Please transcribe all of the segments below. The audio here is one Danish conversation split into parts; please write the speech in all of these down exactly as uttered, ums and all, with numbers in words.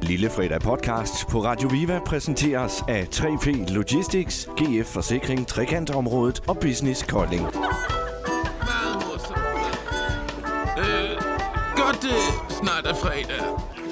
Lille Fredag podcast på Radio Viva præsenteres af tre P Logistics, G F Forsikring, Trekantområdet og Business Kolding. Øh, godt det snart er fredag.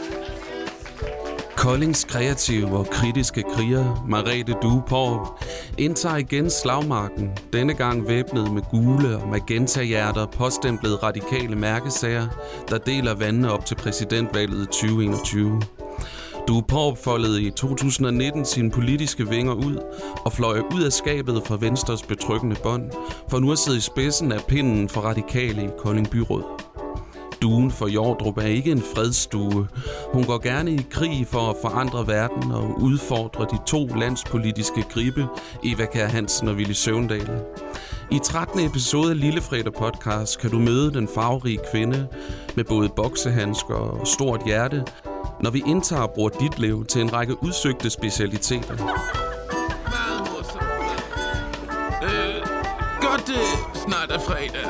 Koldings kreative og kritiske kriger, Merete Due Porup, indtager igen slagmarken, denne gang væbnet med gule og magenta-hjerter, påstemplede radikale mærkesager, der deler vandene op til præsidentvalget tyve enogtyve. Due Porup foldede i to tusind og nitten sine politiske vinger ud og fløj ud af skabet fra Venstres betryggende bånd, for nu at sidde i spidsen af pinden for radikale i Kolding Byråd. Duen for Jordrup er ikke en fredsstue. Hun går gerne i krig for at forandre verden og udfordre de to landspolitiske gribe, Eva Kjær Hansen og Villy Søvndal. I trettende episode af Lille Fredag podcast kan du møde den farverige kvinde med både boksehandsker og stort hjerte, når vi indtager Bror Ditlev til en række udsøgte specialiteter. Øh, godt det snart er fredag.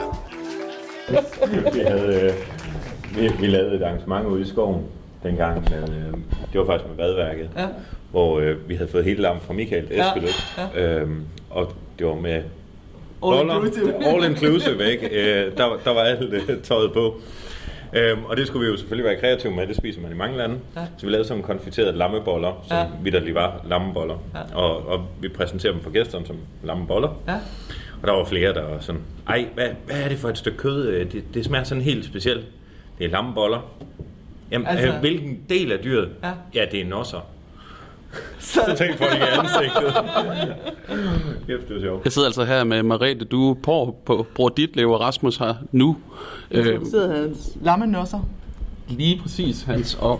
vi, havde, øh, vi, vi lavede et arrangement ude i skoven dengang. Med, øh, det var faktisk med Vadværket, ja. Hvor øh, vi havde fået helt lam fra Michael Eskeløb. Ja, ja. øhm, og det var med boller, all inclusive, all inclusive ikke? Øh, der, der var alt øh, tøjet på. Øhm, og det skulle vi jo selvfølgelig være kreative med, det spiser man i mange lande. Ja. Så vi lavede sådan konfiterede lammeboller, som ja. vitterligt var lammeboller. Ja. Og, og vi præsenterede dem for gæsterne som lammeboller. Ja. Og der var flere, der var sådan, ej, hvad, hvad er det for et stykke kød? Det, det smager sådan helt specielt. Det er lammeboller. Jamen, altså, øh, hvilken del af dyret? Ja, ja det er nosser. Så, så tænkte folk i ansigtet. Kæft, det er sjovt. Jeg sidder altså her med Merete Due Porup på Bror Ditlev og Rasmus her nu. Jeg sidder hans lammenosser. Lige præcis, Hans. Og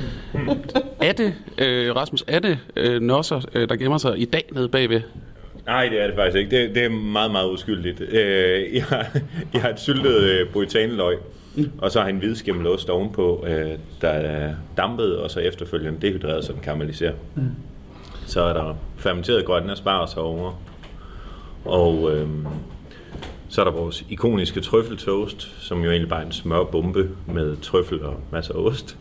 er det, øh, Rasmus, er det øh, nosser, øh, der gemmer sig i dag nede bagved? Nej, det er det faktisk ikke. Det, det er meget, meget uskyldigt. Øh, jeg, har, jeg har et syltet øh, boitaneløg, mm. og så har jeg en hvidskimmelost ovenpå, øh, der er dampet, og så efterfølgende dehydreret, så den karamelliserer. Mm. Så er der fermenteret grønne asparges herovre. Og øh, så er der vores ikoniske trøffeltoast, som jo egentlig bare er en smørbombe med trøffel og masser af ost.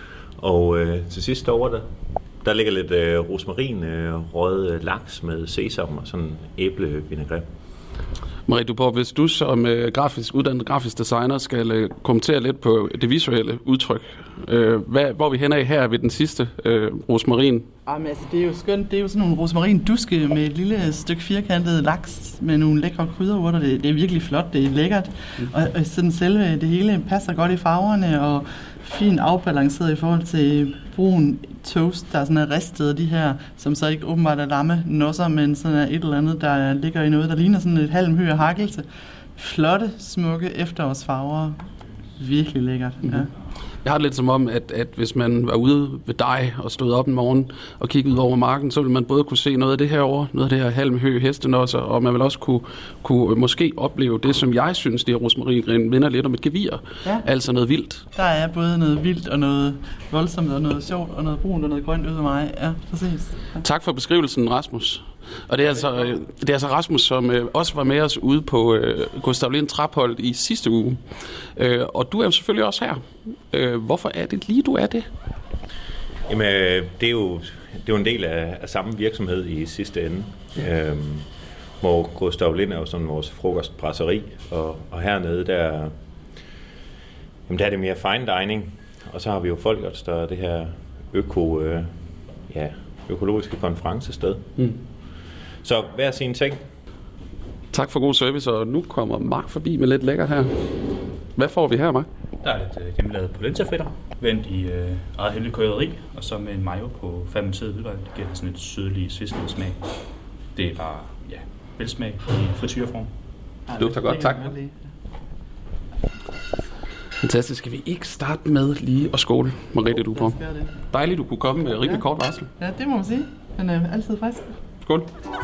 Og øh, til sidst over der, der ligger lidt øh, rosmarin, øh, rød øh, laks med sesam og sådan æblevinaigrette. Merete Due Porup, hvis du som øh, grafisk, uddannet grafisk designer skal øh, kommentere lidt på det visuelle udtryk, øh, hvad, hvor vi hen af her ved den sidste øh, rosmarin? Jamen, altså, det er jo skønt. Det er jo sådan nogle rosmarin-duske med et lille stykke firkantet laks med nogle lækre krydderurter. Det, det er virkelig flot, det er lækkert. Mm. Og, og sådan selve det hele passer godt i farverne og fint afbalanceret i forhold til brun toast, der sådan er ristet af de her, som så ikke åbenbart er lamme nosser, men sådan er et eller andet, der ligger i noget, der ligner sådan et halm hø af hakkelse. Flotte, smukke efterårsfarver. Virkelig lækkert, mm-hmm. ja. Jeg har det lidt som om, at, at hvis man var ude ved dig og stod op en morgen og kiggede ud over marken, så ville man både kunne se noget af det her over, noget af det her halmhø hestenosser, og man vil også kunne, kunne måske opleve det, som jeg synes, det her rosmaringrin minder lidt om et gevir. Ja. Altså noget vildt. Der er både noget vildt og noget voldsomt og noget sjovt og noget brunt og noget grønt ude af mig. Ja, præcis. Ja. Tak for beskrivelsen, Rasmus. Og det er altså, det er altså Rasmus, som øh, også var med os ude på øh, Gustav Lind Trapholt i sidste uge. Øh, og du er jo selvfølgelig også her. Øh, hvorfor er det lige, du er det? Jamen, det er jo, det er jo en del af, af samme virksomhed i sidste ende. Ja. Øhm, hvor Gustav Lind er jo sådan vores frokostbrasseri, og, og hernede, der, jamen, der er det mere fine dining. Og så har vi jo Folkets, der er det her øko, øh, ja, økologiske konferencested. Mm. Så hver sin ting. Tak for god service, og nu kommer Mark forbi med lidt lækkert her. Hvad får vi her, Mark? Der er lidt øh, hjemmelavet polentafritter, vendt i øh, eget hemmeligt krydderi, og så med en mayo på fermenteret hvidløg. Det giver sådan et sydlig, sviskende smag. Det er bare, ja, velsmag i frityreform. Det lugter godt, tak. Fantastisk. Skal vi ikke starte med lige at skåle, Merete Due Porup? Dejligt, du kunne komme med rimelig ja. kort varsel. Ja, det må man sige. Men øh, altid frisk. Skål.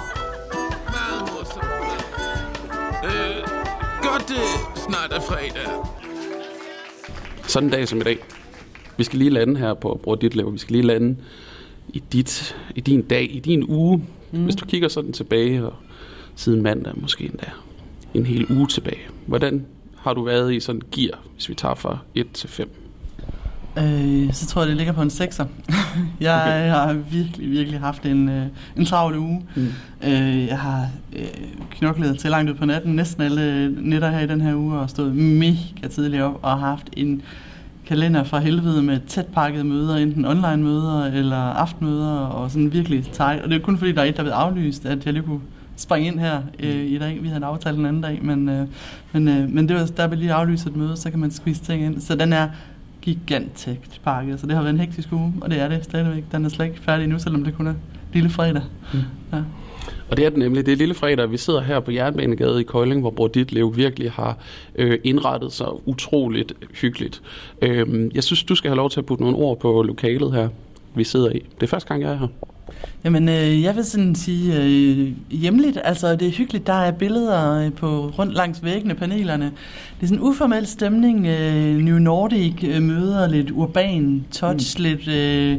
Øh, godt det snart er fredag. Sådan en dag som i dag. Vi skal lige lande her på Bror Ditlev. Vi skal lige lande i, dit, i din dag, i din uge. Mm. Hvis du kigger sådan tilbage, og siden mandag måske endda en hel uge tilbage. Hvordan har du været i sådan gear, hvis vi tager fra et til fem? Øh, så tror jeg, det ligger på en sekser. jeg, okay. jeg har virkelig, virkelig haft en, øh, en travl uge. Mm. Øh, jeg har øh, knoklet til langt ud på natten, næsten alle nætter her i den her uge, og stået mega tidligt op, og har haft en kalender fra helvede med tæt pakkede møder, enten online møder eller aftenmøder, og sådan virkelig tight. Og det er kun fordi, der er et, der er blevet aflyst, at jeg lige kunne springe ind her øh, i dag. Vi havde en aftale den anden dag, men, øh, men, øh, men det var, der blev lige aflyst et møde, så kan man squeeze ting ind. Så den er gigantisk pakket, så det har været en hektisk uge, og det er det stadigvæk. Den er slet ikke færdig nu, selvom det kun er lille fredag. Mm. Ja. Og det er den nemlig. Det er lille fredag. Vi sidder her på Jernbanegade i Kolding, hvor Bror Ditlev virkelig har øh, indrettet sig utroligt hyggeligt. Øh, jeg synes, du skal have lov til at putte nogle ord på lokalet her, vi sidder i. Det er første gang, jeg er her. Jamen, øh, jeg vil sådan sige øh, hjemligt. Altså, det er hyggeligt. Der er billeder på rundt langs væggene, panelerne. Det er sådan en uformel stemning. Øh, New Nordic øh, møder lidt urban touch, mm. lidt øh,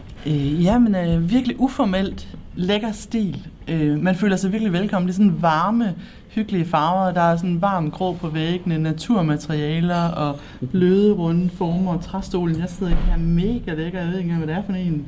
øh, jamen, øh, virkelig uformelt lækker stil. Øh, man føler sig virkelig velkommen. Det er sådan varme, hyggelige farver. Der er sådan varm grå på væggene, naturmaterialer og bløde, runde former. Og træstolen, jeg sidder i her mega lækker. Jeg ved ikke engang, hvad det er for en.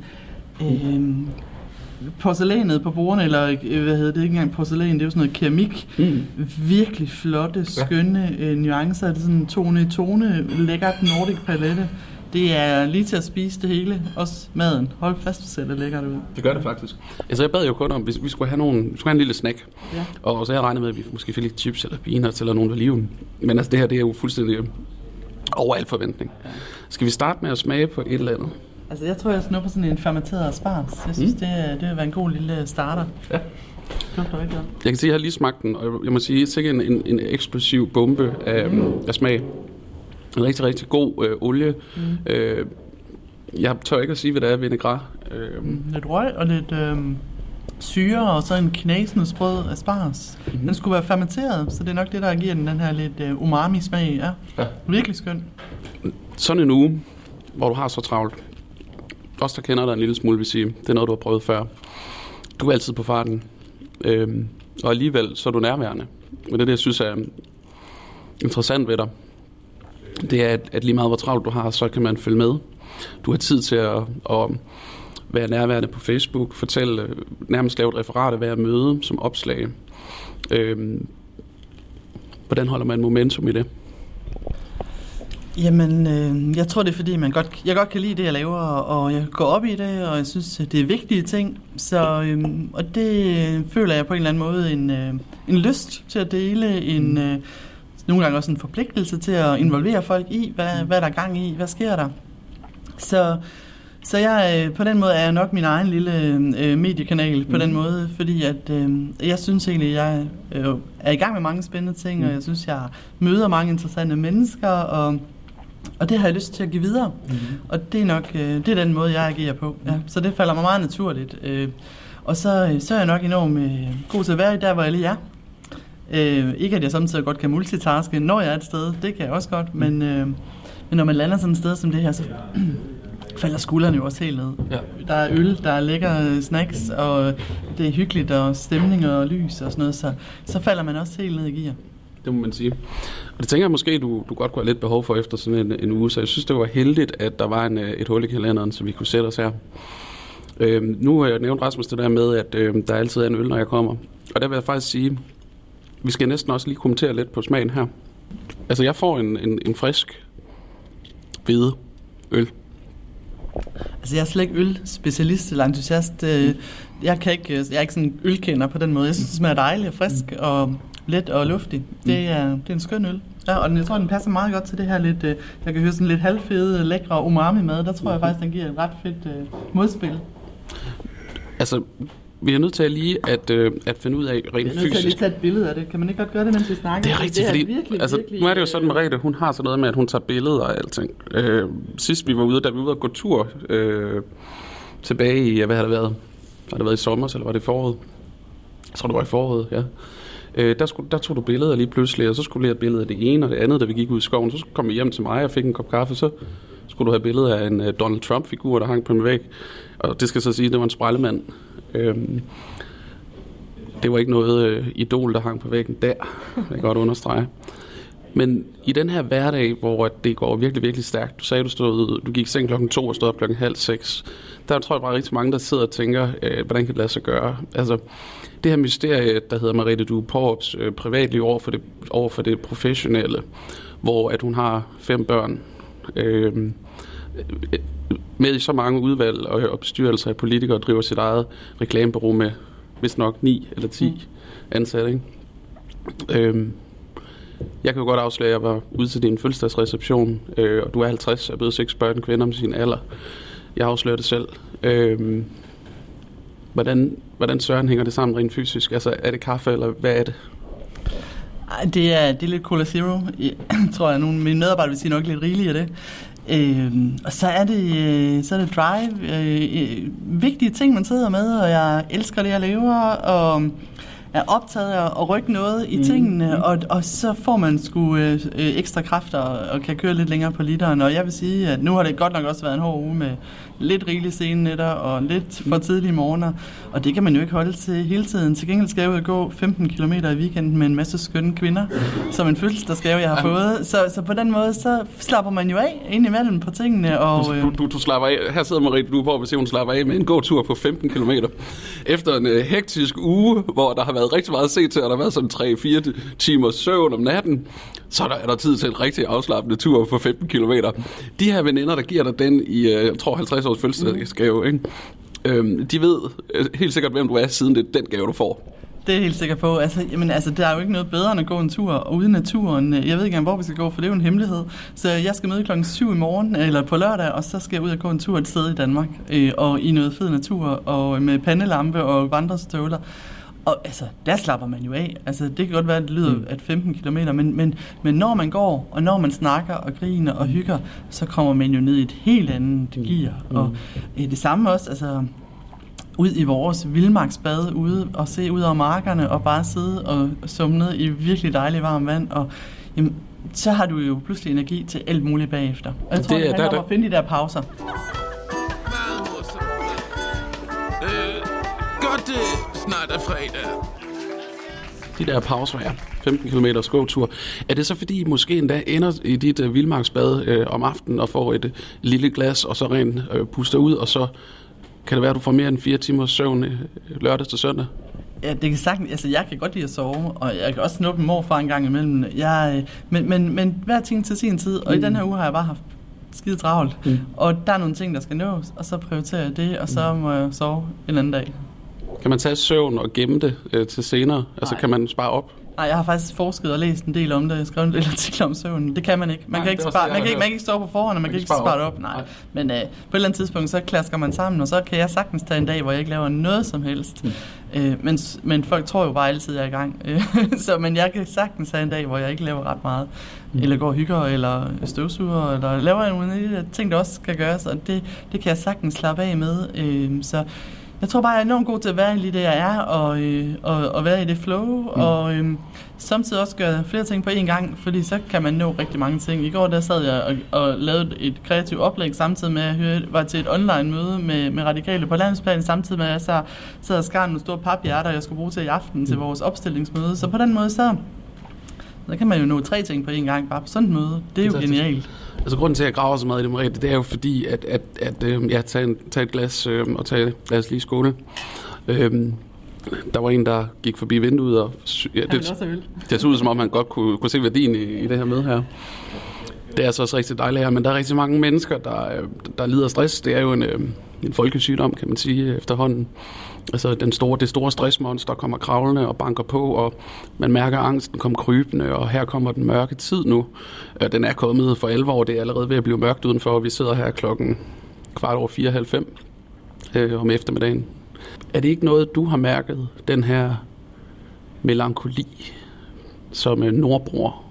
Øh, porcelænet på bordene, eller hvad hedder det, ikke engang porcelæn, det er jo sådan noget keramik. Mm. Virkelig flotte, skønne ja. øh, nuancer. Det er sådan tone i tone, lækkert nordic palette. Det er lige til at spise det hele. Også maden. Hold fast, det ser det lækkert ud. Det gør det faktisk. Altså, jeg bad jo kun om, hvis vi skulle have, nogle, vi skulle have en lille snack. Ja. Og så havde jeg regnet med, at vi måske fik lidt chips eller peanuts eller nogle oliven. Men altså, det her, det er jo fuldstændig over al forventning. Ja. Skal vi starte med at smage på et eller andet? Altså, jeg tror, jeg snupper sådan en fermenteret asparges. Jeg synes, mm. det, det vil være en god lille starter. Ja. Det rigtig godt. Jeg kan sige, at jeg har lige smagt den, og jeg må sige, at det er en, en, en eksplosiv bombe af, mm. af smag. En rigtig, rigtig god øh, olie. Mm. Øh, jeg tør ikke at sige, hvad det er, vinaigrette. Øh. Mm, lidt røg og lidt øh, syre, og så en knasende sprød asparges. Mm. Den skulle være fermenteret, så det er nok det, der giver den den her lidt øh, umami-smag. Ja. Ja. Virkelig skøn. Sådan en uge, hvor du har så travlt. Også der kender dig en lille smule, vil sige. Det er noget, du har prøvet før. Du er altid på farten. Øhm, og alligevel, så er du nærværende. Og det er det, jeg synes er interessant ved dig. Det er, at, at lige meget hvor travlt du har, så kan man følge med. Du har tid til at, at være nærværende på Facebook, fortælle, nærmest lave et referat af hver møde som opslag. Øhm, hvordan holder man momentum i det? Jamen, øh, jeg tror det er fordi, man godt, jeg godt kan lide det, jeg laver, og jeg går op i det, og jeg synes, det er vigtige ting. Så, øh, og det føler jeg på en eller anden måde en, øh, en lyst til at dele, en, øh, nogle gange også en forpligtelse til at involvere folk i, hvad, hvad der er gang i, hvad sker der. Så, så jeg, øh, på den måde er jeg nok min egen lille øh, mediekanal på mm. den måde, fordi at, øh, jeg synes egentlig, jeg øh, er i gang med mange spændende ting, mm. og jeg synes, jeg møder mange interessante mennesker, og Og det har jeg lyst til at give videre. Mm-hmm. Og det er nok øh, det er den måde, jeg agerer på. Ja. Så det falder mig meget naturligt. Øh, og så, så er jeg nok enormt øh, god til at være der, hvor jeg lige er. Øh, ikke at jeg samtidig godt kan multitaske, når jeg er et sted. Det kan jeg også godt. Men, øh, men når man lander sådan et sted som det her, så falder skuldrene jo også helt ned. Ja. Der er øl, der er lækre snacks, og det er hyggeligt, og stemning og lys og sådan noget. Så, så falder man også helt ned i gear. Det må man sige. Og det tænker jeg måske, du, du godt kunne have lidt behov for efter sådan en, en uge, så jeg synes, det var heldigt, at der var en, et hul i kalenderen, så vi kunne sætte os her. Øhm, nu har jeg nævnt Rasmus det der med, at øhm, der altid er en øl, når jeg kommer. Og der vil jeg faktisk sige, vi skal næsten også lige kommentere lidt på smagen her. Altså, jeg får en, en, en frisk, hvide øl. Altså, jeg er slet ikke ølspecialist eller entusiast. Jeg, kan ikke, jeg er ikke sådan en ølkender på den måde. Jeg synes, det smager dejligt og frisk og let og luftig. Det er, det er en skøn øl. Ja, og den, jeg tror, den passer meget godt til det her lidt, øh, jeg kan høre sådan lidt halvfede, lækre umami-mad. Der tror jeg faktisk, den giver et ret fedt øh, modspil. Altså, vi er nødt til lige at, øh, at finde ud af rent fysisk. Jeg er nødt til at lige tage et billede af det. Kan man ikke godt gøre det, mens vi snakker? Det er rigtigt, det er fordi virkelig, altså, virkelig, nu er det jo sådan, Merete, hun har sådan noget med, at hun tager billeder og alting. Øh, sidst vi var ude, da vi var ude at gå tur øh, tilbage i, hvad har det været? Har det været i sommer, eller var det i foråret? Jeg tror, det var i foråret, ja. Øh, der, skulle, der tog du billeder lige pludselig, og så skulle du have et billede af det ene og det andet, da vi gik ud i skoven. Så kom vi hjem til mig og fik en kop kaffe, så skulle du have billeder af en uh, Donald Trump-figur, der hang på min væg. Og det skal så sige, at det var en sprejlemand. Øhm, det var ikke noget uh, idol, der hang på væggen der. Det kan godt understrege. Men i den her hverdag, hvor det går virkelig, virkelig stærkt, du sagde, du, stod, du gik i seng klokken to og stod op klokken halv seks, der tror jeg bare rigtig mange, der sidder og tænker, øh, hvordan kan det lade sig gøre? Altså, det her mysterie, der hedder Merete Due Porups øh, privatliv over for, det, over for det professionelle, hvor at hun har fem børn, øh, med i så mange udvalg og, og bestyrelser af politikere, og driver sit eget reklamebureau med, hvis nok ni eller ti ansatte, ikke? Øh, Jeg kan jo godt afsløre, at jeg var ude til din fødselsdagsreception, øh, og du er halvtreds, og er blevet seks børn kvinder med sin alder. Jeg afslører det selv. Øh, hvordan, hvordan søren hænger det sammen rent fysisk? Altså, er det kaffe, eller hvad er det? Det er, det er lidt Cola Zero, jeg tror jeg. Nogle af mine medarbejdere vil sige nok lidt rigeligt af det. Øh, og så er det, øh, så er det drive. Øh, vigtige ting, man sidder med, og jeg elsker det, jeg laver, og er optaget af at rykke noget i tingene, mm. og, og så får man sgu øh, ekstra kræfter og kan køre lidt længere på literen. Og jeg vil sige, at nu har det godt nok også været en hård uge med lidt rigelige senenætter og lidt for tidlige morgener, og det kan man jo ikke holde til hele tiden. Til gengæld skal jeg ud og gå femten kilometer i weekenden med en masse skønne kvinder, som en fødselsdagsgave, jeg har fået. Så, så på den måde, så slapper man jo af indimellem på tingene. Og, du, du, du slapper af. Her sidder Merete Due Porup, hvis hun slapper af med en gåtur på femten kilometer. Efter en uh, hektisk uge, hvor der har været rigtig meget at se til, og der har været sådan tre fire timers søvn om natten, så der er der tid til en rigtig afslappende tur på femten kilometer. De her veninder, der giver dig den i, jeg tror, halvtreds års fødselsdagsgave, ikke? Øhm, de ved helt sikkert, hvem du er, siden det er den gave, du får. Det er jeg helt sikker på. Altså, jamen, altså, der er jo ikke noget bedre end at gå en tur, og uden naturen. Jeg ved ikke engang, hvor vi skal gå, for det er jo en hemmelighed. Så jeg skal møde klokken syv i morgen, eller på lørdag, og så skal jeg ud og gå en tur et sted i Danmark, øh, og i noget fed natur, og med pandelampe og vandrestøvler. Og altså, der slapper man jo af. Altså, det kan godt være, at det lyder mm. at femten kilometer, men, men, men når man går, og når man snakker og griner og hygger, så kommer man jo ned i et helt andet gear. Mm. Og øh, det samme også, altså, ud i vores vildmarksbad, ude og se ud over markerne, og bare sidde og summe ned i virkelig dejligt varmt vand, og jamen, så har du jo pludselig energi til alt muligt bagefter. Og jeg tror, det, det handler om at finde de der pauser. Godt, det snart er fredag. De der pauser, ja. femten kilometer gåtur. Er det så fordi, I måske endda ender i dit uh, vildmarksbad øh, om aftenen og får et uh, lille glas, og så rent øh, puster ud, og så kan det være, at du får mere end fire timers søvn øh, lørdag til søndag? Ja, det kan sagtens. Altså, jeg kan godt lide at sove, og jeg kan også snuppe en morfar en gang imellem. Jeg, øh, men, men, men hver ting til sin tid, og mm. i den her uge har jeg bare haft skide travlt. Mm. Og der er nogle ting, der skal nås, og så prioriterer jeg det, og så må jeg sove en anden dag. Kan man tage søvn og gemme det øh, til senere? Altså, kan man spare op? Nej, jeg har faktisk forsket og læst en del om det. Jeg har skrevet en del artikler om søvn. Det kan man ikke. Man, Nej, kan, ikke spare, man, kan, ikke, man kan ikke stå på forhånd, og man, man kan ikke spare det op. Nej. Nej. Men øh, på et eller andet tidspunkt, så klasker man sammen, og så kan jeg sagtens tage en dag, hvor jeg ikke laver noget som helst. Mm. Øh, men, men folk tror jo bare altid, jeg er i gang. så, men jeg kan sagtens have en dag, hvor jeg ikke laver ret meget. Mm. Eller går og hygger, eller støvsuger, eller laver nogle af de ting, der også kan gøres. Og det, det kan jeg sagtens slappe af med. Øh, så jeg tror bare, jeg er enormt god til at være i det, jeg er, og, øh, og, og være i det flow, mm. og øh, samtidig også gøre flere ting på én gang, fordi så kan man nå rigtig mange ting. I går der sad jeg og, og lavede et kreativt oplæg, samtidig med at jeg var til et online møde med, med radikale på landsplan, samtidig med at jeg så sad og skar nogle store paphjerter, jeg skulle bruge til i aften mm. til vores opstillingsmøde. Så på den måde, så, så kan man jo nå tre ting på én gang, bare på sådan et møde. Det er jo genialt. Altså grunden til, at jeg graver så meget i det, Merete, det er jo fordi, at, at, at øh, jeg tager, en, tager et glas øh, og tager et glas lige i skåne. Øhm, der var en, der gik forbi vinduet, og ja, det, det så ud, som om han godt kunne, kunne se værdien i, i det her møde her. Det er så også rigtig dejligt her, men der er rigtig mange mennesker, der, der lider af stress. Det er jo en, en folkesygdom, kan man sige, efterhånden. Altså den store, det store stressmonster kommer kravlende og banker på, og man mærker angsten komme krybende, og her kommer den mørke tid nu. Den er kommet for alvor, det er allerede ved at blive mørkt udenfor, og vi sidder her klokken kvart over fire, halv fem øh, om eftermiddagen. Er det ikke noget, du har mærket, den her melankoli som nordbror?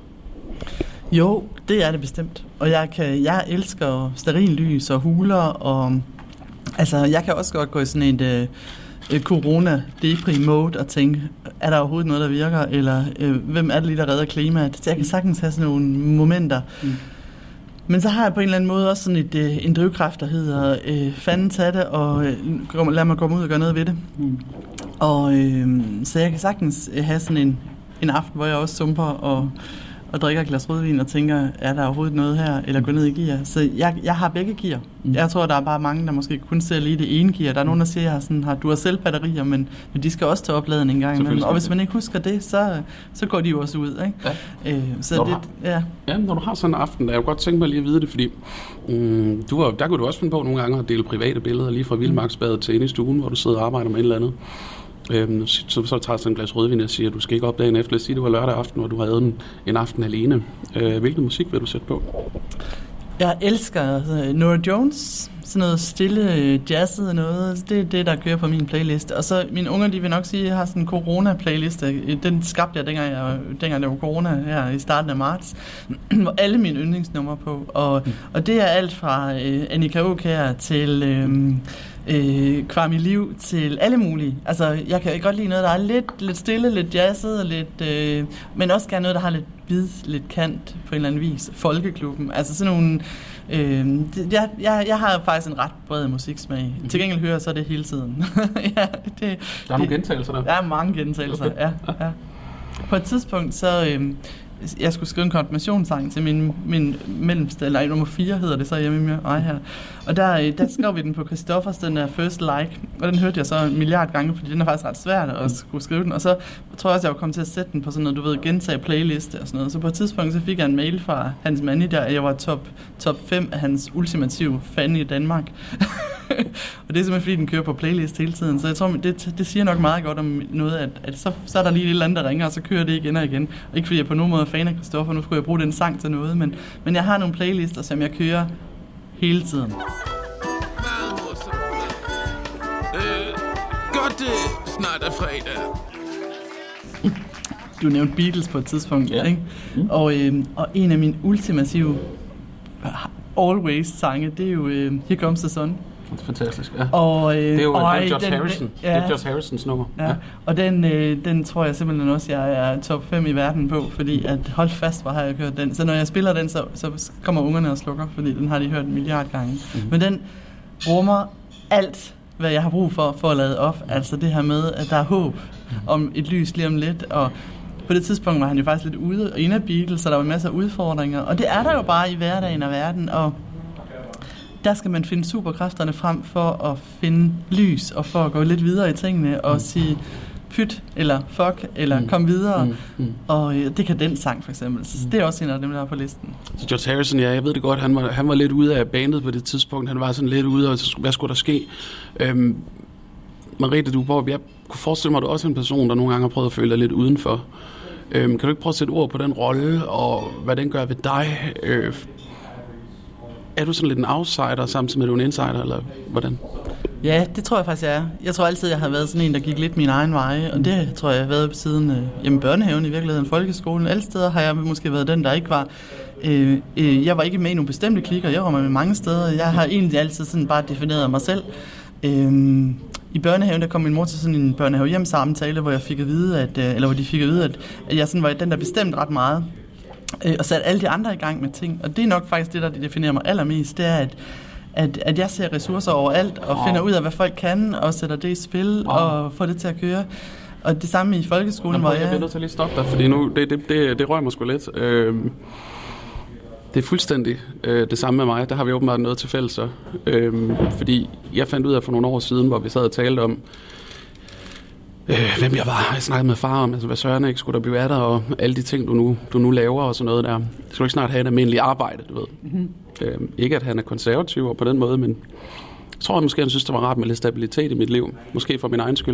Jo, det er det bestemt. Og jeg, kan, jeg elsker stearinlys og huler, og altså, jeg kan også godt gå i sådan et uh, corona-depri-mode og tænke, er der overhovedet noget, der virker, eller uh, hvem er det lige, der redder klimaet? Så jeg kan sagtens have sådan nogle momenter. Mm. Men så har jeg på en eller anden måde også sådan et, uh, en drivkraft, der hedder, uh, fanden tag det, og uh, lad mig komme ud og gøre noget ved det. Mm. Og uh, så jeg kan sagtens have sådan en, en aften, hvor jeg også sumper og og drikker et glas rødvin og tænker, er der overhovedet noget her, eller går ned i gear. Så jeg, jeg har begge gear. Mm. Jeg tror, der er bare mange, der måske kun ser lige det ene gear. Der er nogen, der siger, at jeg sådan, har, du har selv batterier, men, men de skal også til opladning en gang imellem. Og hvis man ikke husker det, så, så går de jo også ud. Ikke? Ja. Øh, så det, har, ja. ja, når du har sådan en aften, der jeg godt tænke mig lige at vide det, fordi um, du var, der kunne du også finde på nogle gange at dele private billeder, lige fra Vildmarksbadet til inde i stuen, hvor du sidder og arbejder med et eller andet. Øhm, så, så tager sådan en glas rødvin og siger, at du skal ikke op dagen efter. Lad os sige, det var lørdag aften, hvor du havde en, en aften alene. Øh, hvilken musik vil du sætte på? Jeg elsker uh, Norah Jones, sådan noget stille uh, jazzet noget. Det er det, der kører på min playlist. Og så mine unger, de vil nok sige, at jeg har sådan en corona-playliste. Den skabte jeg, dengang, jeg, dengang der var corona her i starten af marts. Hvor alle mine yndlingsnumre på. Og, mm. og det er alt fra uh, Annika Aukjær til... Um, Øh, Kwame Liv til alle mulige. Altså, jeg kan godt lide noget, der er lidt, lidt stille, lidt jazzet, lidt, øh, men også gerne noget, der har lidt bid, lidt kant på en eller anden vis. Folkeklubben. Altså sådan nogle... Øh, det, jeg, jeg, jeg har faktisk en ret bred musiksmag. Mm-hmm. Til gengæld hører jeg så det hele tiden. ja, det, der er det, nogle gentagelser der? Der er mange gentagelser, okay. ja, ja. På et tidspunkt, så... Øh, jeg skulle skrive en konfirmationssang til min, min mellemste, eller nummer fire hedder det så hjemme med mig her. Og der, der skrev vi den på Christoffers, den der First Like, og den hørte jeg så en milliard gange, fordi den er faktisk ret svært at skulle skrive den. Og så tror jeg også, jeg var kommet til at sætte den på sådan noget, du ved, gentage playliste og sådan noget. Så på et tidspunkt, så fik jeg en mail fra hans manager, at jeg var top, top fem af hans ultimative fan i Danmark. Og det er simpelthen, fordi den kører på playlist hele tiden. Så jeg tror, det, det siger nok meget godt om noget, at, at så, så er der lige et eller andet, der ringer, og så kører det igen og igen. Og ikke fordi jeg på nogen måde er fan af Christoffer, nu skulle jeg bruge den sang til noget, men, men jeg har nogle playlister, som jeg kører hele tiden. Øh, godt, det snart er fredag. Du nævnte Beatles på et tidspunkt, ja. Ikke? Mm. Og, øh, og en af mine ultimative always sange, det er jo øh, Here Comes the Sun. Det er fantastisk, ja. Og, øh, det er jo og, det er George den, Harrison. Ja, det er George Harrisons nummer. Ja. Ja. Og den, øh, den tror jeg simpelthen også, jeg er top fem i verden på, fordi at hold fast, hvor har jeg hørt den. Så når jeg spiller den, så, så kommer ungerne og slukker, fordi den har de hørt en milliard gange. Mm-hmm. Men den rummer alt, hvad jeg har brug for, for at lade op. Altså det her med, at der er håb om et lys lige om lidt, og på det tidspunkt var han jo faktisk lidt ude og inde af Beatles, så der var masser af udfordringer. Og det er der jo bare i hverdagen og verden, og der skal man finde superkræfterne frem for at finde lys, og for at gå lidt videre i tingene, og sige pyt, eller fuck, eller mm. kom videre. Mm. Mm. Og øh, det kan den sang for eksempel. Så det er også en af dem, der er på listen. Så George Harrison, ja, jeg ved det godt, han var, han var lidt ude af bandet på det tidspunkt. Han var sådan lidt ude, og hvad skulle der ske? Øhm, Marete Duborg, jeg kunne forestille mig, at du også er en person, der nogle gange har prøvet at føle dig lidt udenfor. Øhm, kan du ikke prøve at sætte ord på den rolle, og hvad den gør ved dig? Øh, er du sådan lidt en outsider, samtidig med, at du er en insider, eller hvordan? Ja, det tror jeg faktisk, jeg er. Jeg tror altid, jeg har været sådan en, der gik lidt min egen vej, og det tror jeg, jeg har været siden øh, hjemme børnehaven i virkeligheden, folkeskolen. Alle steder har jeg måske været den, der ikke var... Øh, øh, jeg var ikke med i nogle bestemte klikker, jeg var med mange steder. Jeg har egentlig altid sådan bare defineret mig selv. Øh, I børnehaven, der kom min mor til sådan en børnehave-hjem-samtale, hvor jeg fik at vide, at, øh, eller hvor de fik at vide, at, at jeg sådan var den, der bestemte ret meget, øh, og satte alle de andre i gang med ting. Og det er nok faktisk det, der definerer mig allermest, det er, at At, at jeg ser ressourcer overalt, og wow. finder ud af, hvad folk kan, og sætter det i spil, wow. og får det til at køre. Og det samme i folkeskolen, hvor jeg... Jeg bliver nødt til at lige stoppe dig, fordi nu, det, det, det, det rører mig sgu lidt. Øh, det er fuldstændig øh, det samme med mig. Der har vi åbenbart noget til fælles så. Øh, fordi jeg fandt ud af for nogle år siden, hvor vi sad og talte om, øh, hvem jeg var. Jeg snakkede med far om, altså, hvad søren ikke skulle der blive af dig, og alle de ting, du nu, du nu laver og sådan noget der. Så du ikke snart have et almindeligt arbejde, du ved. Mm-hmm. Øh, ikke at han er konservativ og på den måde, men jeg tror jeg måske, han synes, det var rart med lidt stabilitet i mit liv. Måske for min egen skyld.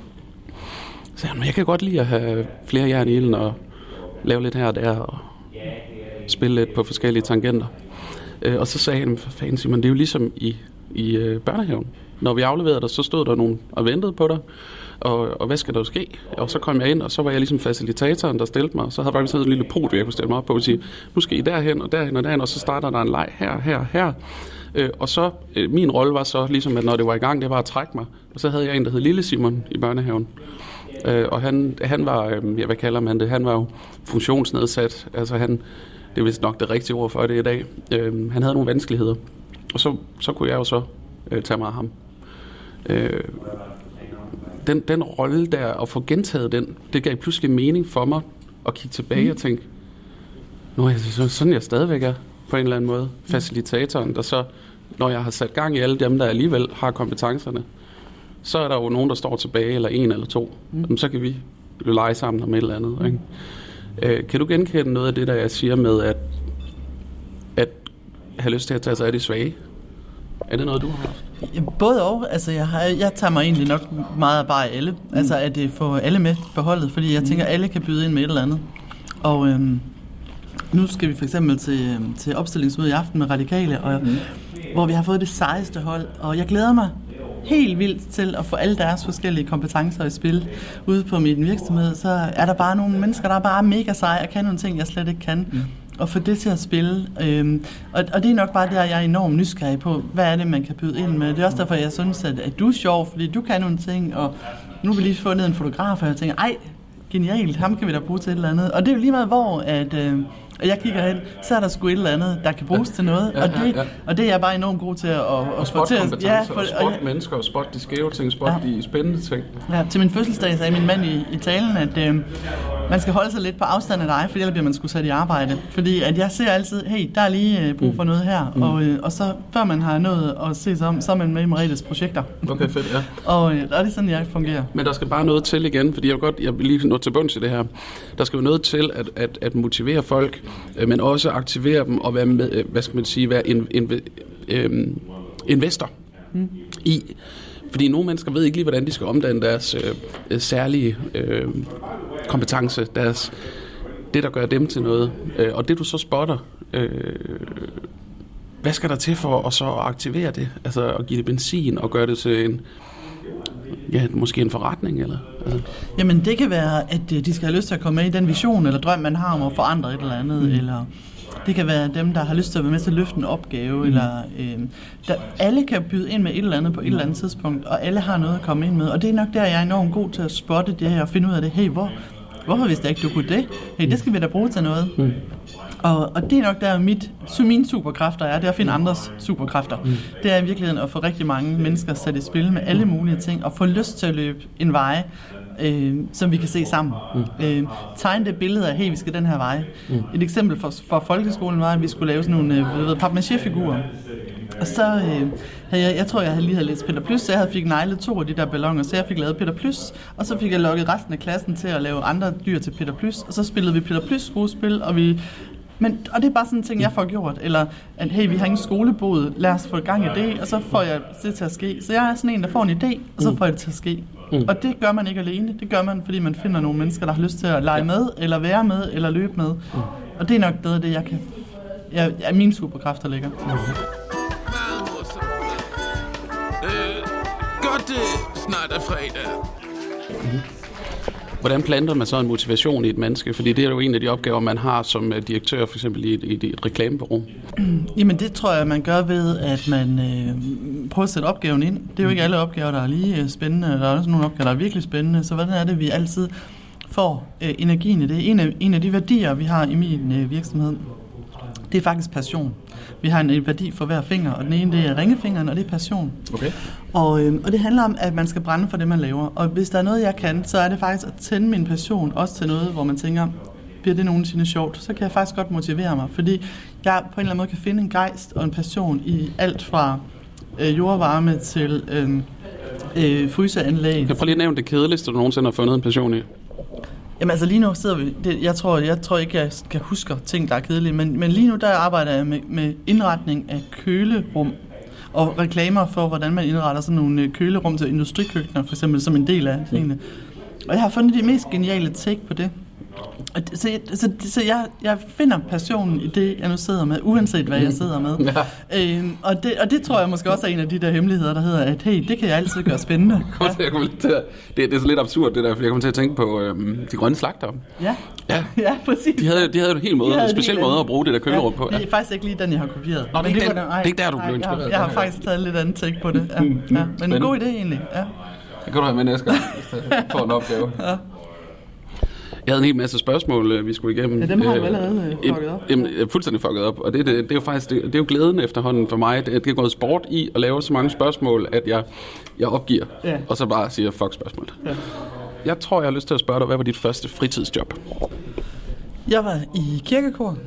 Så jeg, jeg kan godt lide at have flere jern i ilden og lave lidt her og der og spille lidt på forskellige tangenter. Øh, og så sagde han, for fanden Simon, det er jo ligesom i, i øh, børnehaven. Når vi afleverede dig, så stod der nogen og ventede på dig. Og, og hvad skal der jo ske? Og så kom jeg ind, og så var jeg ligesom facilitatoren, der stillede mig. Og så havde jeg faktisk sådan en lille pot, jeg kunne stille mig op på og sige, nu skal I derhen og derhen og derhen, og så starter der en leg her, her, her. Øh, og så, øh, min rolle var så ligesom, at når det var i gang, det var at trække mig. Og så havde jeg en, der hed Lille Simon i børnehaven. Øh, og han, han var, øh, ja, hvad kalder man det? Han var jo funktionsnedsat. Altså han, det er vist nok det rigtige ord for det i dag. Øh, han havde nogle vanskeligheder. Og så, så kunne jeg jo så øh, tage mig af ham. Øh, Den, den rolle der, at få gentaget den, det gav pludselig mening for mig at kigge tilbage mm. og tænke, Nu er jeg sådan, jeg stadigvæk er på en eller anden måde. Facilitatoren, der så, når jeg har sat gang i alle dem, der alligevel har kompetencerne, så er der jo nogen, der står tilbage, eller en eller to. Mm. Så kan vi jo lege sammen om et eller andet. Ikke? Øh, kan du genkende noget af det, der jeg siger med, at, at have lyst til at tage sig af de svage? Er det noget, du har haft? Ja, både og. Altså, jeg, har, jeg tager mig egentlig nok meget bare af alle. Mm. Altså, at det får alle med på holdet, fordi jeg tænker, at alle kan byde ind med et eller andet. Og øhm, nu skal vi for eksempel til, til opstillingsmøde i aften med Radikale, og, mm. hvor vi har fået det sejeste hold, og jeg glæder mig helt vildt til at få alle deres forskellige kompetencer i spil ude på min virksomhed. Så er der bare nogle mennesker, der er bare mega seje og kan nogle ting, jeg slet ikke kan. Mm. Og få det til at spille. Øhm, og, og det er nok bare der, jeg er enormt nysgerrig på, hvad er det, man kan byde ind med. Det er også derfor, jeg synes, at, at du er sjov, fordi du kan nogle ting, og nu vil vi lige få ned en fotograf, og jeg tænker, ej, genialt, ham kan vi da bruge til et eller andet. Og det er jo lige meget, hvor at, øh, jeg kigger hen, så er der sgu et eller andet, der kan bruges til noget. Ja, og, det, ja, ja. og det er jeg bare enormt god til at, at, at få til at... Ja, for, spot mennesker, og spot de skæve ting, spot ja. de spændende ting. Ja, til min fødselsdag sagde min mand i, i talen, at øh, man skal holde sig lidt på afstand af dig, for ellers bliver man sgu sat i arbejde. Fordi at jeg ser altid, hey, der er lige øh, brug for noget her. Mm. Og, øh, og så før man har nået at se sig om, så er man med i Merete projekter. Okay, fedt, ja. og, øh, og det er sådan, jeg fungerer. Men der skal bare noget til igen, fordi jeg vil godt, jeg vil lige nå til bunds i det her. Der skal jo noget til at, at, at motivere folk, øh, men også aktivere dem og være med, øh, hvad skal man sige, være in, in, øh, investor mm. i. Fordi nogle mennesker ved ikke lige, hvordan de skal omdanne deres øh, særlige øh, kompetence, deres, det, der gør dem til noget. Øh, og det, du så spotter, øh, hvad skal der til for at så aktivere det? Altså at give det benzin og gøre det til en, ja, måske en forretning? Eller? Altså. Jamen, det kan være, at de skal have lyst til at komme med i den vision eller drøm, man har om at forandre et eller andet, mm. eller... Det kan være dem, der har lyst til at være med til at løfte en opgave, mm. eller øh, der, alle kan byde ind med et eller andet på et eller andet tidspunkt, og alle har noget at komme ind med. Og det er nok der, jeg er enormt god til at spotte det her og finde ud af det. Hey, hvor, hvorfor vidste jeg ikke, du kunne det? Hey, det skal vi da bruge til noget. Mm. Og, og det er nok der, mit, mine superkræfter er, det er at finde andres superkræfter. Mm. Det er i virkeligheden at få rigtig mange mennesker sat i spil med alle mulige ting, og få lyst til at løbe en vej, Øh, som vi kan se sammen. Mm. Øh, tegne det billede af, hey, vi skal den her vej. Mm. Et eksempel for, for folkeskolen var, at vi skulle lave sådan nogle øh, papmaché-figurer. Og så øh, havde jeg, jeg tror, jeg lige havde læst Peter Plys, så jeg havde fik neglet to af de der balloner, så jeg fik lavet Peter Plys, og så fik jeg lukket resten af klassen til at lave andre dyr til Peter Plys, og så spillede vi Peter Plys skuespil, og vi... Men, og det er bare sådan en ting, jeg får gjort. Eller, at hey, vi har ingen skolebod, lad os få i gang i det, og så får jeg det til at ske. Så jeg er sådan en, der får en idé, og så får jeg det til at ske. Mm. Og det gør man ikke alene. Det gør man, fordi man finder nogle mennesker, der har lyst til at lege med, eller være med, eller løbe med. Mm. Og det er nok noget af det, jeg kan... Jeg, jeg, mine superkræfter ligger. Mm. Øh, godt, det snart er fredag. Mm. Hvordan planter man så en motivation i et menneske? Fordi det er jo en af de opgaver, man har som direktør, for eksempel i et, i et reklamebureau. Mm. Jamen det tror jeg, man gør ved, at man øh, prøver at sætte opgaven ind. Det er jo ikke alle opgaver, der er lige spændende. Der er også nogle opgaver, der er virkelig spændende. Så hvordan er det, vi altid får øh, energien i det? En af, en af de værdier, vi har i min øh, virksomhed, det er faktisk passion. Vi har en værdi for hver finger, og den ene det er ringefingeren, og det er passion. Okay. Og, øh, og det handler om, at man skal brænde for det, man laver. Og hvis der er noget, jeg kan, så er det faktisk at tænde min passion, også til noget, hvor man tænker, bliver det nogensinde sjovt, så kan jeg faktisk godt motivere mig, fordi jeg på en eller anden måde kan finde en gejst og en passion i alt fra øh, jordvarme til øh, øh, fryseanlæg. Kan du prøve lige at nævne det kedeligste, du nogensinde har fundet en passion i? Jamen altså lige nu sidder vi, det, jeg, tror, jeg tror ikke, jeg kan huske ting, der er kedelige, men, men lige nu der arbejder jeg med, med indretning af kølerum og reklamer for, hvordan man indretter sådan nogle kølerum til industrikøkkener, for eksempel som en del af tingene. Og jeg har fundet de mest geniale take på det. Så, så, så jeg, jeg finder passionen i det, jeg nu sidder med, uanset hvad jeg sidder med. Ja. Øhm, og, det, og det tror jeg måske også er en af de der hemmeligheder, der hedder, at hey, det kan jeg altid gøre spændende. Ja. Jeg til at, det, det er så lidt absurd det der, for jeg kommer til at tænke på øhm, de grønne slagtere. Ja, ja, ja præcis. De havde, de havde en helt måde, en speciel måde at bruge det der kølerum ja, på. Ja. Det er faktisk ikke lige den, jeg har kopieret. Nå, det, er ikke, den, det er ikke der, du blev inspireret. Jeg har, jeg har faktisk taget lidt anden take på det. Ja, ja. Men en god idé egentlig. Ja. Det kan du have med næste gang, for en opgave. Ja. Jeg havde en hel masse spørgsmål, vi skulle igennem. Ja, dem har du allerede fucket op. Jamen, fuldstændig fucket op. Og det, det, det er jo faktisk det, det er jo glæden efterhånden for mig. Det, det er gået sport i at lave så mange spørgsmål, at jeg, jeg opgiver. Ja. Og så bare siger, fuck spørgsmålet. Ja. Jeg tror, jeg har lyst til at spørge dig, hvad var dit første fritidsjob? Jeg var i kirkekor.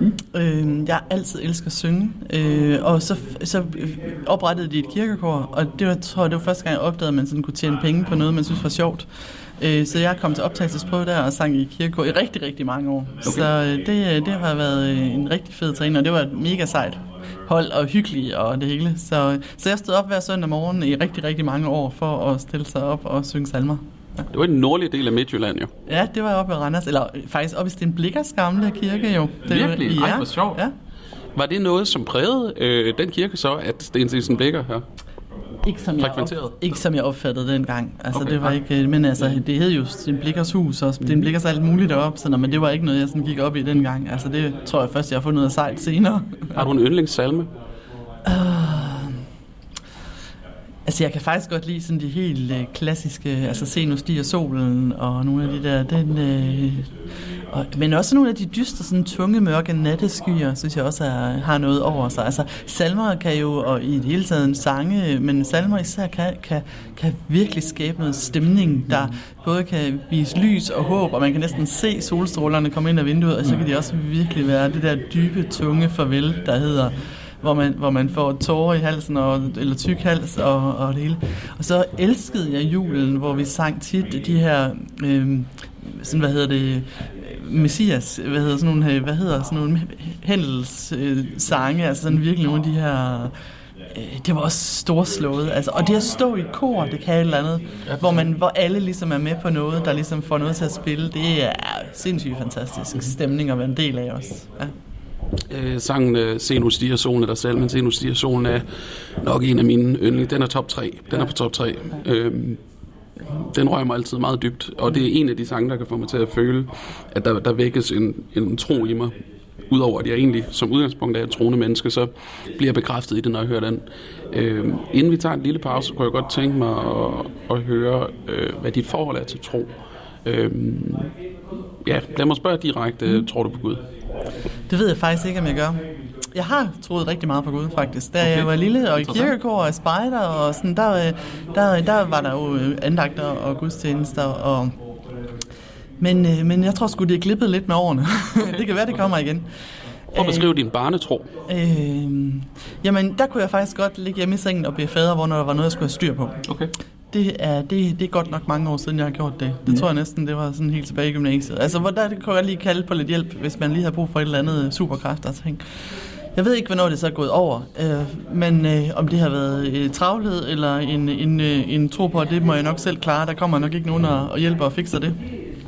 Mm. Øh, jeg altid elsker at synge, øh, og så, så oprettede de et kirkekor, og det var, tror jeg, det var første gang, jeg opdagede, at man sådan kunne tjene penge på noget, man synes var sjovt. Øh, så jeg kom til optagelsesprøve der og sang i kirkekor i rigtig, rigtig mange år. Okay. Så det, det har været en rigtig fed træning, og det var et mega sejt hold og hyggeligt og det hele. Så, så jeg stod op hver søndag morgen i rigtig, rigtig mange år for at stille sig op og synge salmer. Ja. Det var i den nordlige del af Midtjylland, jo. Ja, det var oppe i Randers, eller faktisk oppe i Sten Blichers gamle kirke, jo. Det Virkelig? Var, ja. Ej, hvor sjovt. Ja. Var det noget, som prægede øh, den kirke så, at Sten Blicher her? Ikke som, jeg op, ikke som jeg opfattede dengang. Altså, okay, det var ikke, men altså, det hed jo Sten Blichers hus, og Sten Blichers alt muligt deroppe, så, men det var ikke noget, jeg sådan gik op i dengang. Altså, det tror jeg først, jeg har fundet ud af sejt senere. Har du en yndlingssalme? Uh, altså, jeg kan faktisk godt lide sådan de helt uh, klassiske, altså Se nu stiger solen, og nogle af de der, den, uh, og, men også nogle af de dystre, sådan tunge, mørke natteskyer, synes jeg også er, har noget over sig. Altså, salmer kan jo, og i det hele taget en sange, men salmer især kan, kan, kan virkelig skabe noget stemning, der både kan vise lys og håb, og man kan næsten se solstrålerne komme ind ad vinduet, og så kan de også virkelig være det der dybe, tunge farvel, der hedder, hvor man, hvor man får tårer i halsen, og, eller tyk hals og, og det hele. Og så elskede jeg julen, hvor vi sang tit de her, øh, sådan, hvad hedder det, Messias, hvad hedder sådan nogle, hvad hedder sådan nogle Händels øh, sange, altså sådan virkelig nogle af de her, øh, det var også storslået, altså, og det at stå i et kor, det kan et eller andet, hvor man, hvor alle ligesom er med på noget, der ligesom får noget til at spille, det er sindssygt fantastisk stemning at være en del af os. Ja. Øh, sangen øh, Se nu stiger solen der selv, men Se nu stiger solen er nok en af mine yndlinge. Den er top tre. Den er på top tre. Øh, den rører mig altid meget dybt, og det er en af de sange, der kan få mig til at føle, at der, der vækkes en, en tro i mig. Udover at jeg egentlig som udgangspunkt er et troende menneske, så bliver jeg bekræftet i det, når jeg hører den. Øh, inden vi tager en lille pause, så kunne jeg godt tænke mig at, at høre, øh, hvad dit forhold er til tro. Øh, ja, lad mig spørge direkte, mm. tror du på Gud? Det ved jeg faktisk ikke, om jeg gør. Jeg har troet rigtig meget på Gud, faktisk. Da okay. jeg var lille og i kirkekor og spejder, og sådan, der, der, der var der jo andagter og gudstjenester. Og men, men jeg tror sgu, det er glippet lidt med årene. Det kan være, det kommer igen. Prøv at beskrive din barnetro. Øh, jamen, der kunne jeg faktisk godt ligge hjemme i sengen og blive fader, hvor der var noget, jeg skulle have styr på. Okay. Det er, det, det er godt nok mange år siden, jeg har gjort det. Det mm. tror jeg næsten, det var sådan helt tilbage i gymnasiet. Altså, hvor der kunne jeg lige kalde på lidt hjælp, hvis man lige har brug for et eller andet superkraft. Altså, jeg ved ikke, hvornår det så er gået over, øh, men øh, om det har været øh, travlhed eller en, en, øh, en tro på, at det må jeg nok selv klare. Der kommer nok ikke nogen og, og hjælper og fikser det.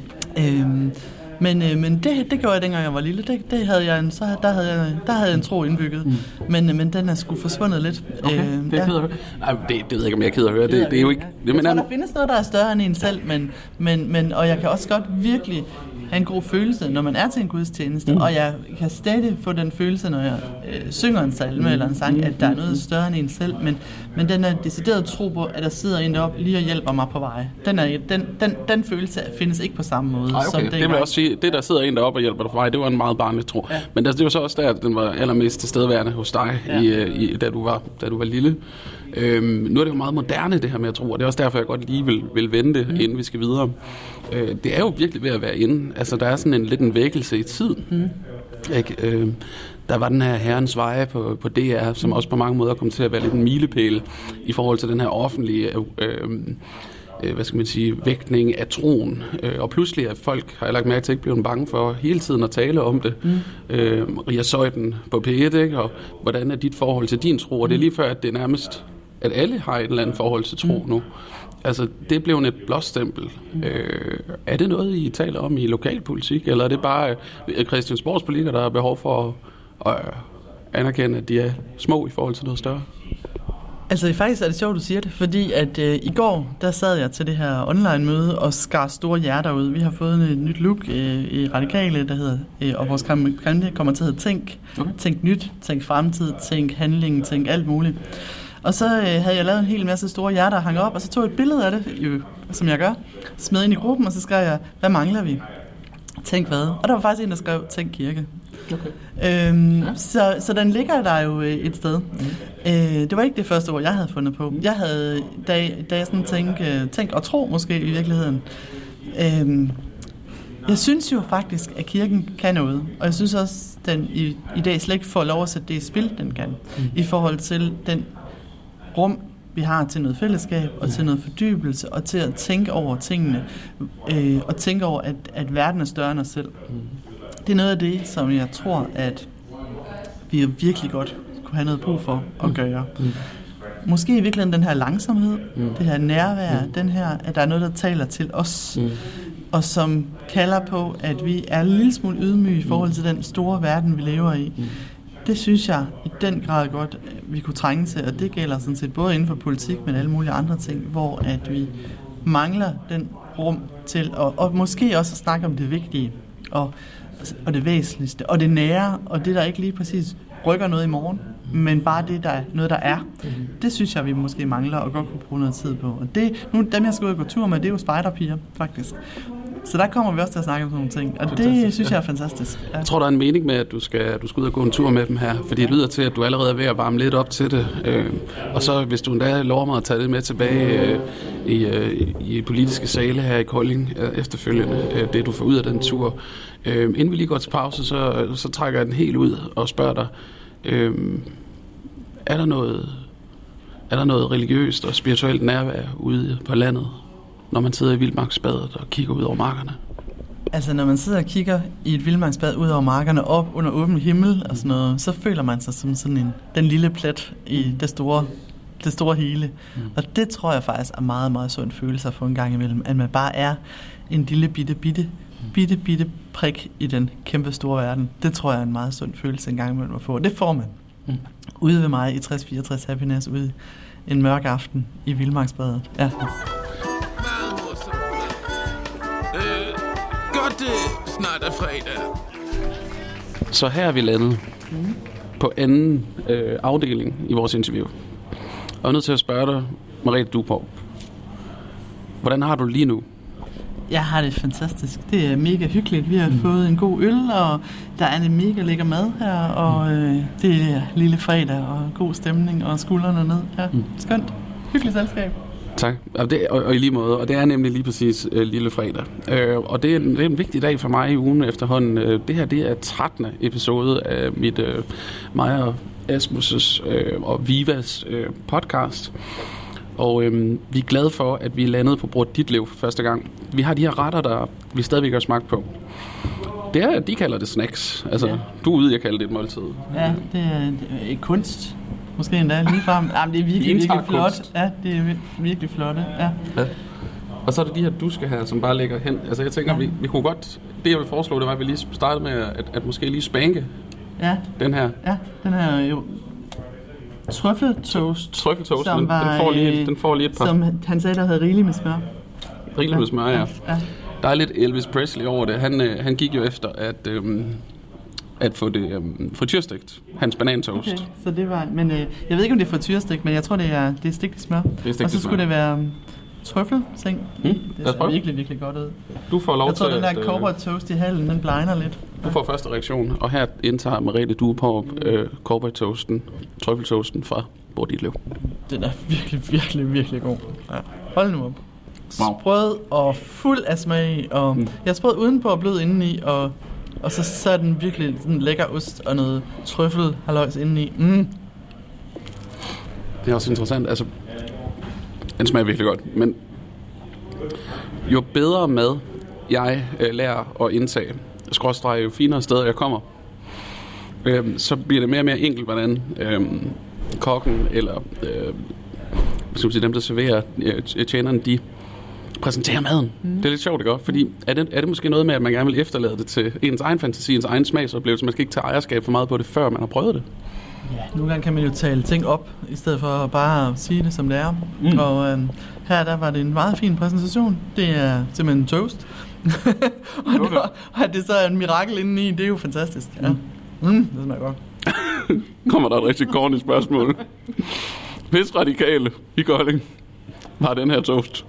Øh, Men, øh, men det, det gjorde jeg, dengang jeg var lille. Det, det havde jeg en, så der havde jeg, der havde jeg en tro indbygget. Mm. Men, men den er sgu forsvundet lidt. Okay, øh, det er ja. ked at høre. Ej, det, det ved jeg ikke, om jeg er ked at høre. Det, det er jo ikke... Ja. Jeg tror, der findes noget, der er større end en selv, men, men, men, og jeg kan også godt virkelig have en god følelse, når man er til en gudstjeneste, mm. og jeg kan stadig få den følelse, når jeg øh, synger en salme mm. eller en sang, at der er noget større end en selv, men, men den er decideret tro på, at der sidder en deroppe lige og hjælper mig på vej. Den, er, den, den, den følelse findes ikke på samme måde. Ej, okay. Som det vil jeg også sige, det der sidder en deroppe og hjælper dig på vej, det var en meget barnlig tro. Ja. Men det var så også der, at den var allermest tilstedeværende hos dig, ja. i, i, da, du var, da du var lille. Øhm, nu er det jo meget moderne, det her med at tro, og det er også derfor, jeg godt lige vil, vil vente, mm. inden vi skal videre. Øh, det er jo virkelig ved at være inde. Altså, der er sådan en lidt en vækkelse i tiden. Mm. Ikke? Øh, der var den her Herrens Veje på, på D R, som også på mange måder kom til at være lidt en milepæl i forhold til den her offentlige øh, øh, hvad skal man sige, vægtning af troen. Øh, og pludselig er folk, har jeg lagt mærke til, ikke blevet bange for hele tiden at tale om det. Mm. Øh, Ria Zeuthen på P et, ikke? Og hvordan er dit forhold til din tro? Og det er lige før, at det er nærmest, at alle har et eller andet forhold til tro mm. nu. Altså, det blev et blåstempel. Mm. Øh, er det noget, I taler om i lokalpolitik, eller er det bare øh, Christiansborgs politikere, der har behov for at øh, anerkende, at de er små i forhold til noget større? Altså, faktisk er det sjovt, du siger det, fordi at øh, i går, der sad jeg til det her online-møde og skar store hjerter ud. Vi har fået et nyt look øh, i Radikale, der hedder, øh, og vores kampagne kommer til at hedde Tænk. Okay. Tænk nyt, tænk fremtid, tænk handling, tænk alt muligt. Og så øh, havde jeg lavet en hel masse store hjerter og hang op, og så tog jeg et billede af det, jo, som jeg gør, smed ind i gruppen, og så skrev jeg, hvad mangler vi? Tænk hvad? Og der var faktisk en, der skrev, Tænk kirke. Okay. Øhm, ja. så, så den ligger der jo et sted. Mm. Øh, det var ikke det første ord, jeg havde fundet på. Jeg havde, da, da jeg sådan tænkte, tænk og tro måske i virkeligheden. Øhm, Jeg synes jo faktisk, at kirken kan noget, og jeg synes også, at den i, i dag slet ikke får lov at sætte det i spil, den kan, mm. i forhold til den rum, vi har til noget fællesskab, og til noget fordybelse, og til at tænke over tingene, øh, og tænke over, at, at verden er større end os selv. Mm. Det er noget af det, som jeg tror, at vi virkelig godt kunne have noget brug for at gøre. Mm. Måske i virkeligheden den her langsomhed, mm. det her nærvær, mm. den her, at der er noget, der taler til os, mm. og som kalder på, at vi er en lille smule ydmyge i forhold til den store verden, vi lever i. Mm. Det synes jeg i den grad godt, vi kunne trænge til, og det gælder sådan set både inden for politik, men alle mulige andre ting, hvor at vi mangler den rum til, og, og måske også at snakke om det vigtige, og, og det væsentligste, og det nære, og det, der ikke lige præcis rykker noget i morgen, men bare det, der er noget, der er. Det synes jeg, vi måske mangler, og godt kunne bruge noget tid på. Og det, nu dem, jeg skal ud og gå tur med, det er jo spejderpiger, faktisk. Så der kommer vi også til at snakke om sådan nogle ting, og det synes jeg er fantastisk. Ja. Jeg tror, der er en mening med, at du skal, du skal ud og gå en tur med dem her, fordi det lyder til, at du allerede er ved at varme lidt op til det. Øh, og så hvis du endda lover mig at tage det med tilbage øh, i, øh, i politiske sale her i Kolding øh, efterfølgende, øh, det du får ud af den tur. Øh, inden vi lige går til pause, så, så trækker jeg den helt ud og spørger dig, øh, er der noget, er der noget religiøst og spirituelt nærvær ude på landet, når man sidder i vildmarksbadet og kigger ud over markerne? Altså, når man sidder og kigger i et vildmarksbad ud over markerne, op under åben himmel og sådan noget, så føler man sig som sådan en, den lille plet i det store, det store hele. Mm. Og det tror jeg faktisk er meget, meget sund følelse at få en gang imellem, at man bare er en lille bitte, bitte, bitte, bitte prik i den kæmpe store verden. Det tror jeg er en meget sund følelse en gang imellem at få. Det får man. Mm. Ude ved mig i tres fireogtres Happiness, ude en mørk aften i vildmarksbadet. Ja. Det snart er fredag. Så her er vi landet mm. på anden øh, afdeling i vores interview. Og jeg er nødt til at spørge dig, Merete Dueborg, hvordan har du lige nu? Jeg har det fantastisk. Det er mega hyggeligt. Vi har mm. fået en god øl, og der er en mega lækker mad her, og øh, det er lille fredag, og god stemning, og skuldrene ned. Ja, mm. skønt. Hyggeligt selskab. Tak, og, det, og, og i lige måde, og det er nemlig lige præcis øh, lille fredag. Øh, og det er, en, det er en vigtig dag for mig i ugen efterhånden. Øh, det her, det er trettende episode af mit, øh, mig og Asmus' øh, og Vivas øh, podcast. Og øh, vi er glade for, at vi er landet på Bror Ditlev for første gang. Vi har de her retter, der vi stadigvæk har smagt på. Det er, de kalder det snacks. Altså, ja. Du er ude, jeg kalder det et måltid. Ja, det er, det er kunst. Måske endda lige frem. Jamen, det er virkelig, virkelig flot. Ja, det er virkelig flotte. Ja. Ja. Og så er det de her duske her, som bare ligger hen. Altså, jeg tænker, ja. vi, vi kunne godt... Det, jeg vil foreslå, det var, at vi lige startede med at, at måske lige spanke ja. den her. Ja, den her jo... Trøffeltoast. Trøffeltoast, den, den, får lige, den får lige et par... Som han sagde, der havde rigeligt med smør. Rigeligt ja. med smør, ja. ja. Der er lidt Elvis Presley over det. Han, øh, han gik jo efter at... Øhm, at få det øhm, frityrestegt, hans banantoast. Okay, så det var, men øh, jeg ved ikke, om det er frityrestegt, men jeg tror, det er, det er stegt i smør. Det er stegt og så skulle det være um, trøffelseng. Mm, det ser virkelig, virkelig godt ud. Du får lov jeg tror, til den der cowboy toast i hallen, den blegner lidt. Du får første reaktion, og her indtager Merete Dueborg øh, cowboy toasten, trøffeltoasten fra Bror Ditlev. Den er virkelig, virkelig, virkelig god. Ja. Hold nu op. Wow. Sprød og fuld af smag, og mm. jeg er sprød udenpå og blød indeni, og Og så, så er den virkelig sådan lækker ost og noget trøffel halløjs indeni. Mm. Det er også interessant. Altså, den smager virkelig godt. Men jo bedre mad jeg øh, lærer at indtage, skråstreg jo finere steder jeg kommer, øh, så bliver det mere og mere enkelt, hvordan øh, kokken eller øh, skal sige, dem, der serverer øh, tjenerne, de præsentere maden. Mm. Det er lidt sjovt, ikke? Fordi er det, er det måske noget med, at man gerne vil efterlade det til ens egen fantasi, ens egen smagsoplevelse? Man skal ikke tage ejerskab for meget på det, før man har prøvet det. Ja, nogle gange kan man jo tale ting op, i stedet for at bare sige det, som det er. Mm. Og øh, her der var det en meget fin præsentation. Det er simpelthen en toast. og, det var, og at det så er en mirakel indeni, det er jo fantastisk. Ja. Mm. Mm, det smager godt. Kommer der et rigtig corny spørgsmål. Hvis radikale i Kolding var den her toast.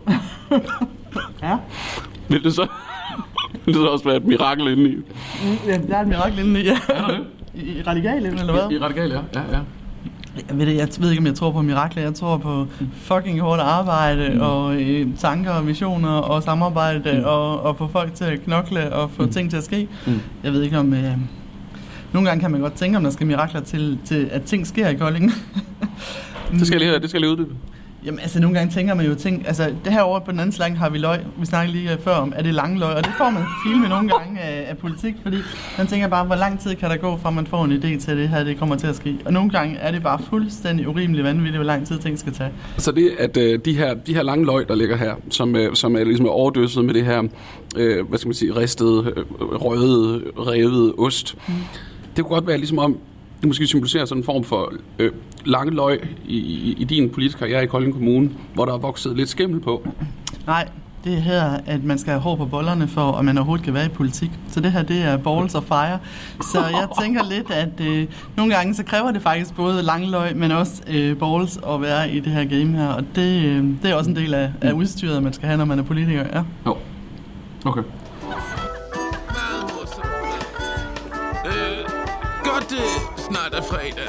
Ja. Vil det så, vil det så også være et mirakel indeni? Mm, ja, der er et mirakel indeni, ja. Er det? I, i radikale, eller hvad? I, i radikale, ja. ja, ja. Jeg ved, jeg ved ikke, om jeg tror på mirakler. Jeg tror på fucking hårdt arbejde mm. og øh, tanker og missioner og samarbejde mm. og, og få folk til at knokle og få mm. ting til at ske. Mm. Jeg ved ikke om... Øh, nogle gange kan man godt tænke, om der skal mirakler til, til at ting sker i Kolding. det skal jeg lige, det skal jeg lige uddybe. Jamen, altså, nogle gange tænker man jo ting... Altså, det her over på den anden slang har vi løg. Vi snakkede lige før om, er det lange løg? Og det får man film med nogle gange af, af politik, fordi man tænker bare, hvor lang tid kan der gå, fra man får en idé til, at det her det kommer til at ske. Og nogle gange er det bare fuldstændig urimeligt vanvittigt, hvor lang tid ting skal tage. Så det, at øh, de, her, de her lange løg, der ligger her, som, øh, som er ligesom overdøsset med det her, øh, hvad skal man sige, ristede, øh, røde, revet ost, mm. det kunne godt være ligesom om, det måske symboliserer sådan en form for øh, lange løg i, i, i din politiske karriere i Kolding Kommune, hvor der er vokset lidt skimmel på. Nej, det her, at man skal have hår på bollerne for, at man overhovedet kan være i politik. Så det her, det er balls og fire. Så jeg tænker lidt, at øh, nogle gange, så kræver det faktisk både lange løg, men også øh, balls at være i det her game her. Og det, øh, det er også en del af, af udstyret, man skal have, når man er politiker. Ja. Jo. Okay. Godt, det snart er fredag.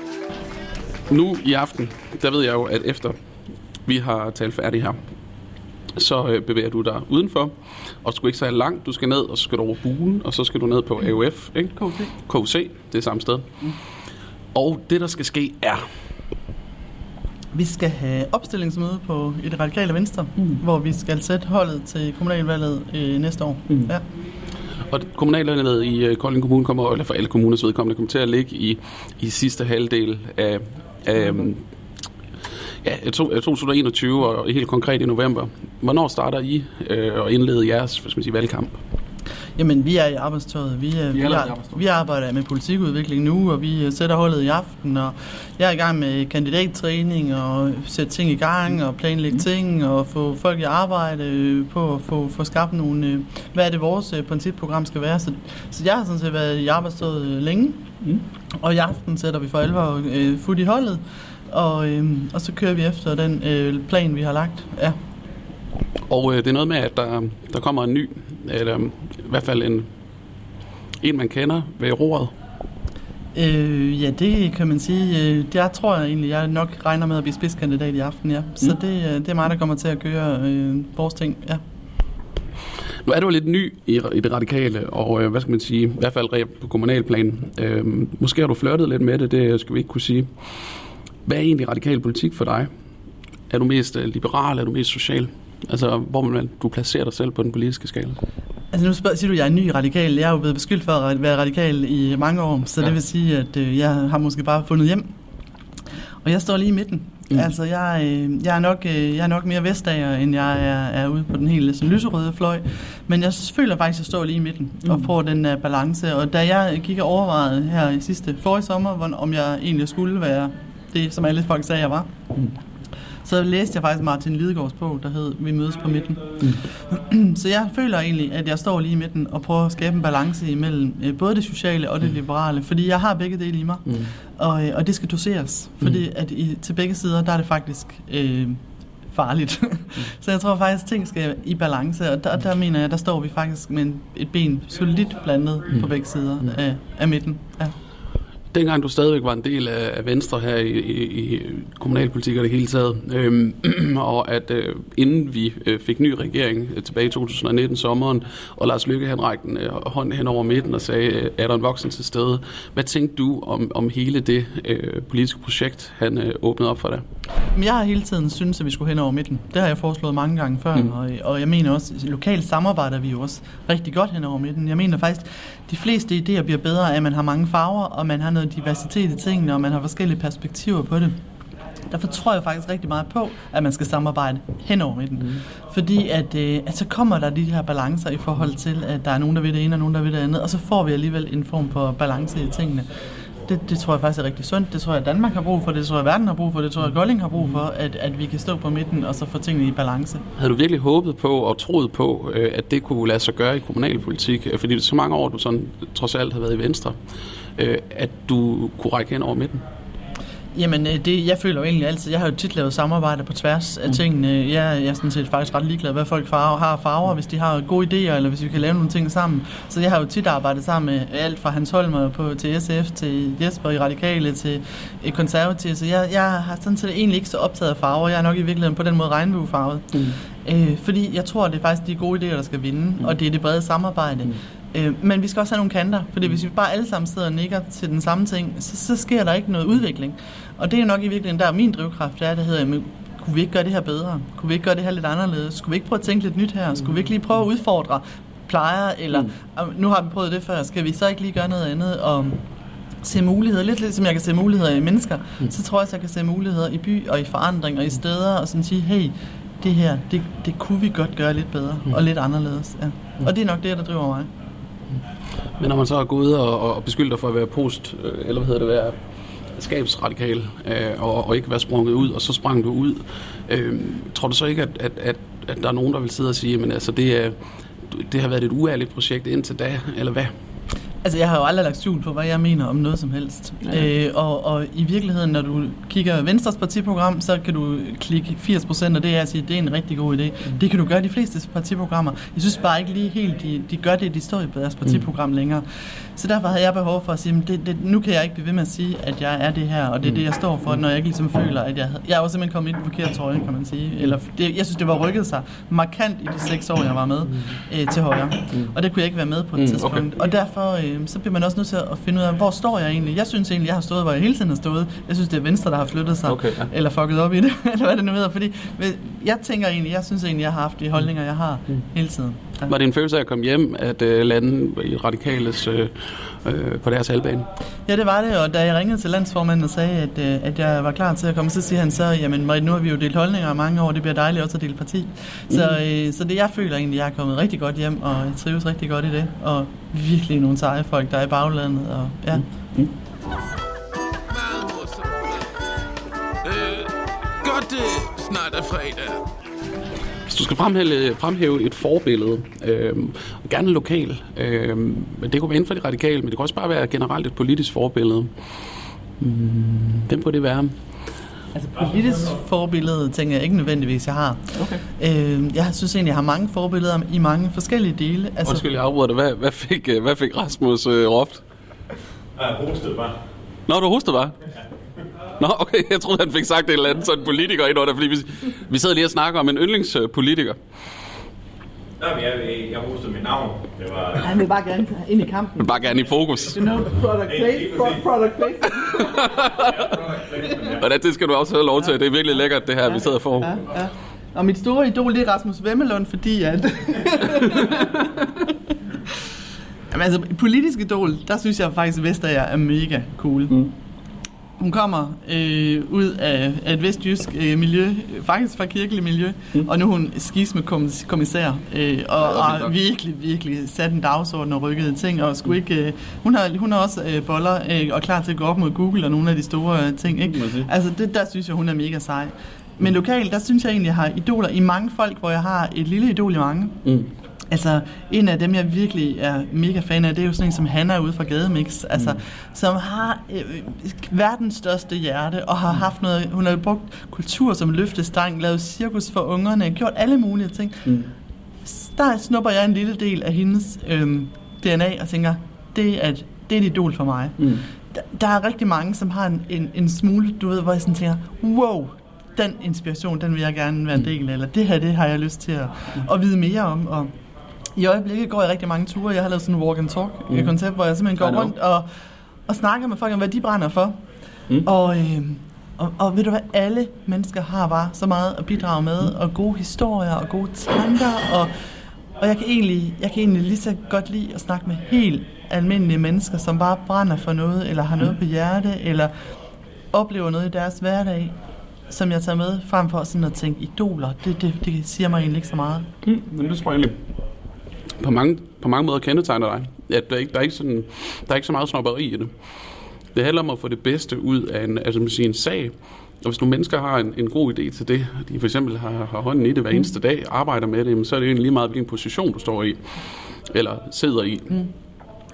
Nu i aften, der ved jeg jo, at efter vi har talt færdigt her, så øh, bevæger du dig udenfor, og du skal ikke så langt. Du skal ned, og så skal du over Buen, og så skal du ned på A U F, ikke? K C. K C, det er samme sted. Mm. Og det, der skal ske, er... Vi skal have opstillingsmøde på i det radikale Venstre, mm. hvor vi skal sætte holdet til kommunalvalget øh, næste år. Mm. Ja. Og kommunalvalget i Kolding Kommune kommer, eller for alle kommuners vedkommende, kommer til at ligge i, i sidste halvdel af, af ja, to tusind og enogtyve, og helt konkret i november. Hvornår starter I øh, og indleder jeres, hvad skal man sige, valgkamp? Jamen, vi er i arbejdstøjet. Vi, er, vi, er, vi arbejder med politikudvikling nu, og vi sætter holdet i aften, og jeg er i gang med kandidattræning og sætte ting i gang og planlægge ting og få folk i arbejde på at få, få skabt nogle, hvad er det vores principprogram skal være. Så, så jeg har sådan set været i arbejdstøjet længe, mm. og i aften sætter vi for alvor øh, fod i holdet, og, øh, og så kører vi efter den øh, plan, vi har lagt. Ja. Og øh, det er noget med, at der, der kommer en ny, eller i hvert fald en, en man kender ved roret. Øh, ja, det kan man sige. Jeg tror egentlig, jeg nok regner med at blive spidskandidat i aften, ja. Så mm. det, det er mig, der kommer til at gøre øh, vores ting, ja. Nu er du lidt ny i, i det radikale, og øh, hvad skal man sige, i hvert fald på kommunalplan. Øh, måske har du flirtet lidt med det, det skal vi ikke kunne sige. Hvad er egentlig radikal politik for dig? Er du mest liberal, er du mest social? Altså, hvor man, du placerer dig selv på den politiske skala? Altså, nu spørger, siger du, at jeg er ny radikal. Jeg er jo blevet beskyldt for at være radikal i mange år, så ja. Det vil sige, at øh, jeg har måske bare fundet hjem. Og jeg står lige i midten. Mm. Altså, jeg, øh, jeg, er nok, øh, jeg er nok mere vestager, end jeg er, er ude på den helt sådan, lyserøde fløj. Men jeg føler faktisk, at jeg står lige i midten mm. og får den uh, balance. Og da jeg gik og overvejede her i sidste forrige sommer, om jeg egentlig skulle være det, som alle folk sagde, jeg var, mm. så læste jeg faktisk Martin Lidegaards bog, der hed Vi mødes på midten. Mm. Så jeg føler egentlig, at jeg står lige i midten og prøver at skabe en balance imellem øh, både det sociale og det liberale, fordi jeg har begge dele i mig, mm. og, øh, og det skal doseres, fordi at i, til begge sider, der er det faktisk øh, farligt. Mm. Så jeg tror faktisk, at ting skal i balance, og der, der mener jeg, der står vi faktisk med en, et ben solidt blandet mm. på begge sider mm. af, af midten. Ja. Dengang du stadigvæk var en del af Venstre her i, i, i kommunalpolitik og det hele taget, øhm, og at øh, inden vi øh, fik ny regering øh, tilbage i to tusind og nitten sommeren, og Lars Løkke han rækte en øh, hånd hen over midten og sagde, øh, er der en voksen til stede? Hvad tænkte du om, om hele det øh, politiske projekt, han øh, åbnede op for dig? Jeg har hele tiden syntes, at vi skulle hen over midten. Det har jeg foreslået mange gange før, mm. og, og jeg mener også, at lokalt samarbejder vi jo også rigtig godt hen over midten. Jeg mener faktisk, at de fleste idéer bliver bedre af, at man har mange farver, og man har noget diversitet i tingene, og man har forskellige perspektiver på det. Derfor tror jeg faktisk rigtig meget på, at man skal samarbejde hen over midten. Mm. Fordi at, øh, at så kommer der de her balancer i forhold til, at der er nogen, der vil det ene, og nogen, der vil det andet, og så får vi alligevel en form for balance i tingene. Det, det tror jeg faktisk er rigtig sundt. Det tror jeg, Danmark har brug for. Det tror jeg, verden har brug for. Det tror jeg, Kolding har brug for, at, at vi kan stå på midten og så få tingene i balance. Havde du virkelig håbet på og troet på, at det kunne lade sig gøre i kommunalpolitik? Fordi så mange år, du sådan, trods alt har været i Venstre, at du kunne række hen over midten? Jamen, det, jeg føler jo egentlig altid, jeg har jo tit lavet samarbejde på tværs af tingene. Jeg, jeg er sådan set faktisk ret ligeglad, hvad folk farver, har farver, hvis de har gode idéer, eller hvis vi kan lave nogle ting sammen. Så jeg har jo tit arbejdet sammen med alt fra Hans Holmer på, til S F, til Jesper i Radikale, til Konservative. Så jeg, jeg har sådan set egentlig ikke så optaget af farver. Jeg er nok i virkeligheden på den måde regnbuefarvet. Mm. Øh, fordi jeg tror, det er faktisk de gode idéer, der skal vinde, mm. og det er det brede samarbejde. Mm. Men vi skal også have nogle kanter, fordi hvis vi bare alle sammen sidder og nikker til den samme ting, så, så sker der ikke noget udvikling. Og det er nok i virkeligheden, der er min drivkraft, det er, der hedder, jamen, kunne vi ikke gøre det her bedre? Kunne vi ikke gøre det her lidt anderledes? Skulle vi ikke prøve at tænke lidt nyt her? Skulle vi ikke lige prøve at udfordre plejer? Eller nu har vi prøvet det før, skal vi så ikke lige gøre noget andet og se muligheder? Lidt lidt som jeg kan se muligheder i mennesker, så tror jeg, at jeg kan se muligheder i by og i forandring og i steder og sådan sige, hey, det her, det, det kunne vi godt gøre lidt bedre og lidt anderledes. Ja. Og det er nok det, der driver mig. Men når man så er gået ud og, og beskyldt dig for at være post, øh, eller hvad hedder det, være skabsradikal, øh, og, og ikke være sprunget ud, og så sprang du ud, øh, tror du så ikke, at, at, at, at der er nogen, der vil sidde og sige, men altså, det, er, det har været et uærligt projekt indtil da, eller hvad? Altså, jeg har jo aldrig lagt skjul på, hvad jeg mener om noget som helst. Ja. Øh, og, og i virkeligheden, når du kigger Venstres partiprogram, så kan du klikke firs procent af det, jeg siger, det er en rigtig god idé. Mm. Det kan du gøre i de fleste partiprogrammer. Jeg synes bare ikke lige helt, de, de gør det, de står i på deres partiprogram mm. længere. Så derfor havde jeg behov for at sige, det, det, nu kan jeg ikke blive ved med at sige, at jeg er det her, og det er det, jeg står for, når jeg ikke ligesom føler, at jeg... Jeg er jo simpelthen kommet i den forkerte trøje, kan man sige. Eller, det, jeg synes, det var rykket sig markant i de seks år, jeg var med øh, til højre. Mm. Og det kunne jeg ikke være med på et mm, tidspunkt. Okay. Og derfor øh, så bliver man også nødt til at finde ud af, hvor står jeg egentlig? Jeg synes egentlig, jeg har stået, hvor jeg hele tiden har stået. Jeg synes, det er Venstre, der har flyttet sig, okay, ja. Eller fucket op i det, eller hvad det nu hedder. Fordi jeg tænker egentlig, jeg synes egentlig, jeg har haft de holdninger, jeg har mm. hele tiden. Ja. Var det en følelse af at komme hjem, at uh, lande i Radikales uh, uh, på deres halvbane? Ja, det var det, og da jeg ringede til landsformanden og sagde, at, uh, at jeg var klar til at komme, så siger han så, jamen Marit, nu har vi jo delt holdninger i mange år, det bliver dejligt også at dele parti. Mm. Så, uh, så det jeg føler egentlig, jeg er kommet rigtig godt hjem, og jeg trives rigtig godt i det, og virkelig nogle seje folk, der er i baglandet, og ja. Mm. Mm. Øh, godt, det snart er fredag. Hvis du skal fremhæve, fremhæve et forbillede, øh, gerne lokal, øh, det kunne være inden for de radikale, men det kan også bare være generelt et politisk forbillede. Mm, hvem kunne det være? Altså politisk forbillede tænker jeg ikke nødvendigvis, jeg har. Okay. Øh, jeg synes egentlig, jeg har mange forbilleder i mange forskellige dele. Altså, Undskyld, jeg afbryder dig. Hvad, hvad, fik, hvad fik Rasmus øh, råbt? Jeg hostede bare. Nå, du hostede bare? Nå, okay, jeg troede, han fik sagt et eller andet, så en politiker ind under, fordi vi, vi sidder lige og snakker om en yndlingspolitiker. Nej, men jeg, jeg hostede mit navn. Det var... Han vil bare gerne ind i kampen. Vil bare gerne i fokus. You know, product place, product place. Og det skal du også have lov til. Det er virkelig lækkert, det her, ja, vi sidder for. Ja, ja. Og mit store idol, det er Rasmus Vemmelund, fordi at... Jamen altså, politisk idol, der synes jeg faktisk, at Vestager er mega cool. Mm. Hun kommer øh, ud af, af et vestjysk øh, miljø, faktisk fra kirkelig miljø, mm. og nu er hun skisme-kommissær, øh, og, og har virkelig, virkelig sat en dagsorden og rykket ting, og skulle ikke, øh, hun, har, hun har også øh, boller øh, og klar til at gå op mod Google og nogle af de store øh, ting. Ikke? Altså det, der synes jeg, hun er mega sej. Men lokalt, der synes jeg egentlig, jeg har idoler i mange folk, hvor jeg har et lille idol i mange. Mm. Altså, en af dem, jeg virkelig er mega fan af, det er jo sådan en som Hanna ude fra Gademix, altså, mm. som har øh, verdens største hjerte, og har haft noget, hun har brugt kultur som løftestang, lavet cirkus for ungerne, gjort alle mulige ting. Mm. Der snupper jeg en lille del af hendes øh, D N A og tænker, det er, et, det er et idol for mig. Mm. Der, der er rigtig mange, som har en, en, en smule, du ved, hvor jeg sådan tænker, wow, den inspiration, den vil jeg gerne være en del af, eller det her, det har jeg lyst til at, at vide mere om, og i øjeblikket går jeg rigtig mange ture. Jeg har lavet sådan en walk and talk mm. koncept, hvor jeg simpelthen går rundt og, og snakker med folk om, hvad de brænder for. Mm. Og, øh, og, og ved du hvad, alle mennesker har bare så meget at bidrage med, mm. og gode historier og gode tanker, og, og jeg kan egentlig, jeg kan egentlig lige så godt lide at snakke med helt almindelige mennesker, som bare brænder for noget, eller har noget mm. på hjerte, eller oplever noget i deres hverdag, som jeg tager med, frem for sådan at tænke idoler. Det, det, det siger mig egentlig ikke så meget. Mm. Men det tror jeg egentlig på mange, på mange måder kendetegner dig. Ja, der, er ikke, der, er ikke sådan, der er ikke så meget snobberi i det. Det handler om at få det bedste ud af en, altså man siger, en sag. Og hvis nogle mennesker har en, en god idé til det, de for eksempel har, har hånden i det hver eneste dag, arbejder med det, så er det egentlig lige meget, hvilken position du står i, eller sidder i. Mm.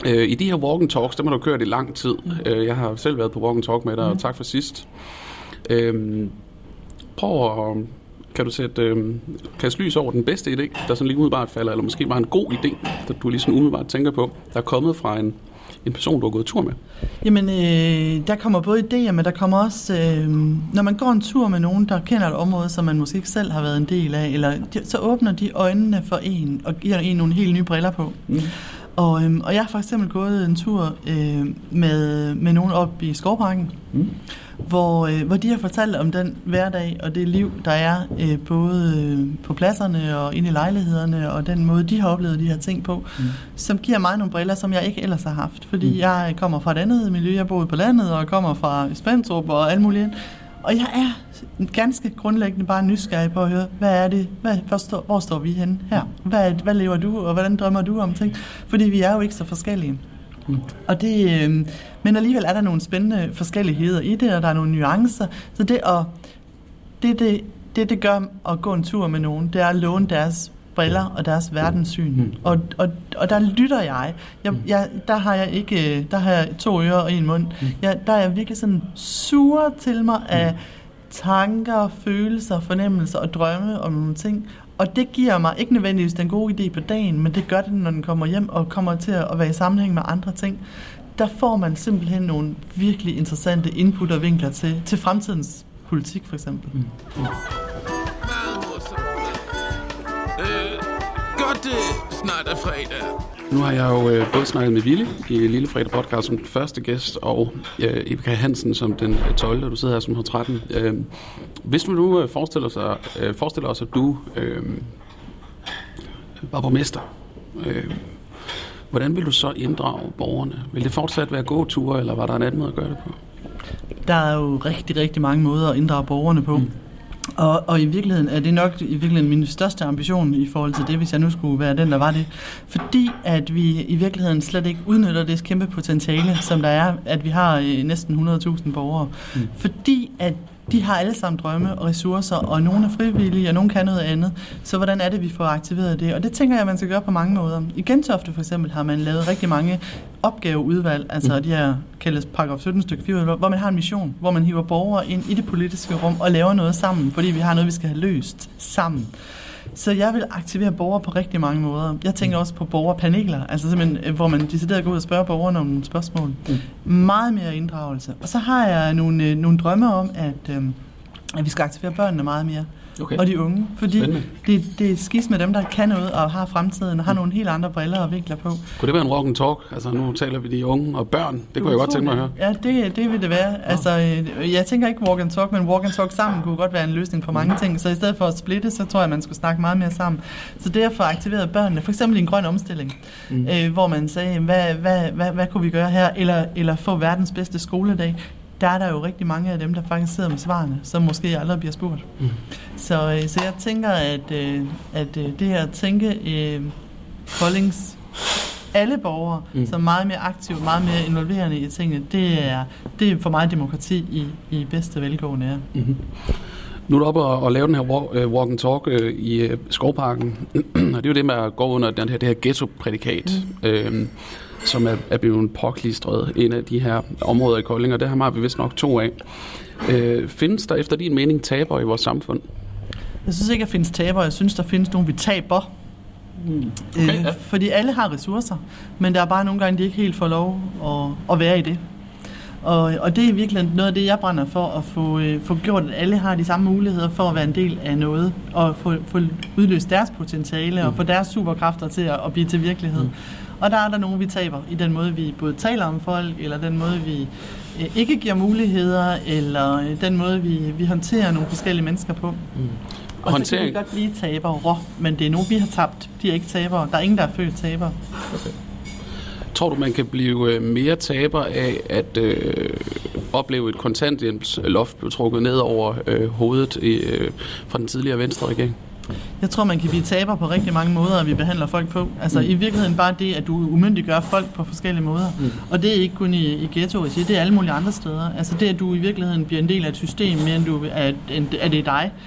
Øh, I de her walk and talks, der må du køre det i lang tid. Øh, jeg har selv været på walk and talk med dig, mm. og tak for sidst. Øh, prøv at, kan du sætte øh, kaste lys over den bedste idé, der sådan lige umiddelbart falder, eller måske bare en god idé, der du lige sådan umiddelbart tænker på, der er kommet fra en, en person, du har gået tur med? Jamen, øh, der kommer både idéer, men der kommer også, øh, når man går en tur med nogen, der kender et område, som man måske ikke selv har været en del af, eller så åbner de øjnene for en, og giver en nogle helt nye briller på. Mm. Og, øhm, og jeg har for eksempel gået en tur øh, med, med nogen op i Skovparken, mm. hvor, øh, hvor de har fortalt om den hverdag og det liv, der er øh, både øh, på pladserne og inde i lejlighederne, og den måde, de har oplevet de her ting på, mm. som giver mig nogle briller, som jeg ikke ellers har haft. Fordi mm. jeg kommer fra et andet miljø, jeg bor på landet, og kommer fra Spentrup og alt muligt. Og jeg er ganske grundlæggende bare nysgerrig på at høre, hvad er det, hvad, hvor, står, hvor står vi henne her? Hvad, hvad lever du, og hvordan drømmer du om ting? Fordi vi er jo ikke så forskellige. Mm. Og det, øh, men alligevel er der nogle spændende forskelligheder i det, og der er nogle nuancer. Så det, at, det, det, det, det gør at gå en tur med nogen, det er at låne deres briller og deres verdenssyn. Mm. Og, og, og der lytter jeg. jeg, jeg der har jeg ikke, der har jeg to ører og en mund. Mm. Jeg, der er jeg virkelig sådan sur til mig af tanker, følelser, fornemmelser og drømme om nogle ting. Og det giver mig ikke nødvendigvis den gode idé på dagen, men det gør det, når den kommer hjem og kommer til at være i sammenhæng med andre ting. Der får man simpelthen nogle virkelig interessante input og vinkler til, til fremtidens politik, for eksempel. Mm. Mm. Godt, det snart er fredag. Nu har jeg jo øh, både snakket med Ville i Lille Fredag podcast som den første gæst, og øh, Ebika Hansen som den tolvte, og du sidder her som den trettende. Øh, hvis du nu øh, forestiller, sig, øh, forestiller os, at du øh, var borgmester, øh, hvordan vil du så inddrage borgerne? Vil det fortsat være gåture, eller var der en anden måde at gøre det på? Der er jo rigtig, rigtig mange måder at inddrage borgerne på. Mm. Og, og i virkeligheden er det nok i virkeligheden min største ambition i forhold til det, hvis jeg nu skulle være den, der var det. Fordi at vi i virkeligheden slet ikke udnytter det kæmpe potentiale, som der er, at vi har øh, næsten hundrede tusind borgere. Mm. Fordi at de har alle sammen drømme og ressourcer, og nogle er frivillige, og nogle kan noget andet. Så hvordan er det, vi får aktiveret det? Og det tænker jeg, man skal gøre på mange måder. I Gentofte for eksempel har man lavet rigtig mange opgaveudvalg, altså mm. de her kaldes paragraf sytten stykke fire, hvor man har en mission, hvor man hiver borgere ind i det politiske rum og laver noget sammen, fordi vi har noget, vi skal have løst sammen. Så jeg vil aktivere borgere på rigtig mange måder. Jeg tænker også på borgerpaneler, altså simpelthen, hvor man decideret går ud og spørger borgerne om nogle spørgsmål. Mm. Meget mere inddragelse. Og så har jeg nogle, nogle drømme om, at, øh, at vi skal aktivere børnene meget mere. Okay. Og de unge, fordi det, det er skidt med dem, der kan noget og har fremtiden og har nogle helt andre briller og vinkler på. Kunne det være en walk and talk? Altså nu taler vi de unge og børn. Det kunne jeg godt tænke mig at høre. Ja, det, det vil det være. Altså, jeg tænker ikke walk and talk, men walk and talk sammen kunne godt være en løsning på mange ting. Så i stedet for at splitte, så tror jeg, man skulle snakke meget mere sammen. Så det er at få aktiveret børnene, for eksempel en grøn omstilling, mm. øh, hvor man sagde, hvad, hvad, hvad, hvad kunne vi gøre her? Eller, eller få verdens bedste skoledag. Der er der jo rigtig mange af dem, der faktisk sidder med svarene, som måske aldrig bliver spurgt. Mm. Så, så jeg tænker, at, at det her at tænke Koldings alle borgere, mm. som er meget mere aktive, meget mere involverende i tingene, det er, det er for mig demokrati i, i bedste velgående. Ja. Mm-hmm. Nu er du oppe og, og lave den her walk, uh, walk and talk uh, i uh, Skovparken, og det er jo det med at gå under den her, det her ghetto-prædikat, mm. øh, som er, er blevet påklistret en af de her områder i Kolding, og det har vi vist nok to af. Øh, findes der efter din mening taber i vores samfund? Jeg synes ikke, at der findes taber. Jeg synes, der findes nogle, vi taber. Mm. Okay, øh, ja. Fordi alle har ressourcer, men der er bare nogle gange, de ikke helt får lov at, at være i det. Og, og det er virkelig noget af det, jeg brænder for, at få, øh, få gjort, at alle har de samme muligheder for at være en del af noget, og få, få udløst deres potentiale, mm. og få deres superkræfter til at, at blive til virkelighed. Mm. Og der er der nogen, vi taber i den måde, vi både taler om folk, eller den måde, vi øh, ikke giver muligheder, eller øh, den måde, vi, vi håndterer nogle forskellige mennesker på. Mm. Og håndtering. Så kan vi godt blive tabere, men det er nogen, vi har tabt. De er ikke tabere. Der er ingen, der er født tabere. Okay. Tror du, man kan blive mere taber af at øh, opleve et kontanthjælpsloft blive trukket ned over øh, hovedet i, øh, fra den tidligere venstre regering? Jeg tror, man kan blive taber på rigtig mange måder, at vi behandler folk på. Altså mm. i virkeligheden bare det, at du umyndiggør folk på forskellige måder. Mm. Og det er ikke kun i, i ghetto-regi, det er alle mulige andre steder. Altså det, at du i virkeligheden bliver en del af et system, mere end du er, er det dig. Mm.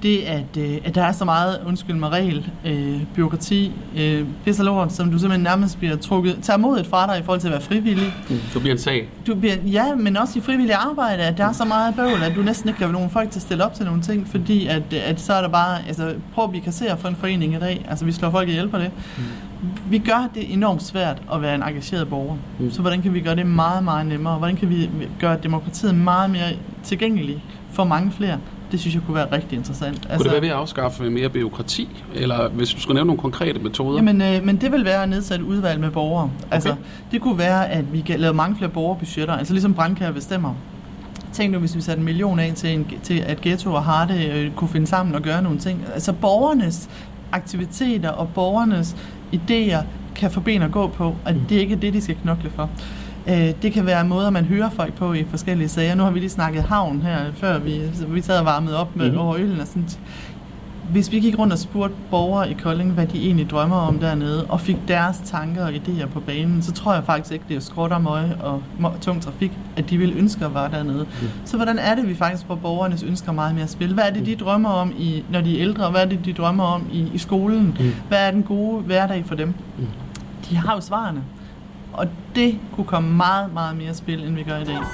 det, at, øh, at der er så meget, undskyld mig, regel, øh, byråkrati, øh, pisse og lort, som du simpelthen nærmest bliver trukket, tager modet fra dig i forhold til at være frivillig. Mm, du bliver en sag. Du bliver, ja, men også i frivillig arbejde, at der er så meget bøvl, at du næsten ikke kan have nogen folk til at stille op til nogle ting, fordi at, at så er der bare, altså prøv at blive kasseret for en forening i dag, altså vi slår folk ihjel på det. Mm. Vi gør det enormt svært at være en engageret borger, mm. så hvordan kan vi gøre det meget, meget nemmere? Hvordan kan vi gøre demokratiet meget mere tilgængeligt for mange flere? Det synes jeg kunne være rigtig interessant. Kunne altså, det være ved at afskaffe mere byråkrati? Eller hvis du skulle nævne nogle konkrete metoder? Jamen, øh, men det vil være at nedsætte udvalg med borgere. Okay. Altså, det kunne være, at vi kan lave mange flere borgerbudgetter. Altså ligesom brandkære bestemmer. Tænk nu, hvis vi satte en million af til, en, til at Ghetto og Harte øh, kunne finde sammen og gøre nogle ting. Altså borgernes aktiviteter og borgernes idéer kan få ben at gå på, og det er ikke det, de skal knokle for. Det kan være måder, man hører folk på i forskellige sager. Nu har vi lige snakket havn her, før vi, vi sad og varmede op med mm-hmm. over øllen og sådan. Hvis vi gik rundt og spurgte borgere i Kolding, hvad de egentlig drømmer om dernede, og fik deres tanker og idéer på banen, så tror jeg faktisk ikke, det er skråt og møg og tung trafik, at de vil ønske at være dernede. Mm. Så hvordan er det, vi faktisk får borgernes ønsker meget mere at spille? Hvad er det, de drømmer om, i, når de er ældre? Hvad er det, de drømmer om i, i skolen? Mm. Hvad er den gode hverdag for dem? Mm. De har jo svarene. Og det kunne komme meget, meget mere spil, end vi gør i dag.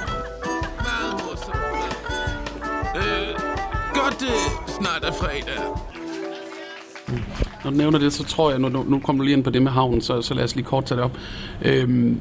Øh, godt, det snart er fredag. Når du nævner det, så tror jeg, nu, nu kommer du lige ind på det med havnen, så, så lad os lige kort tage det op. Øhm,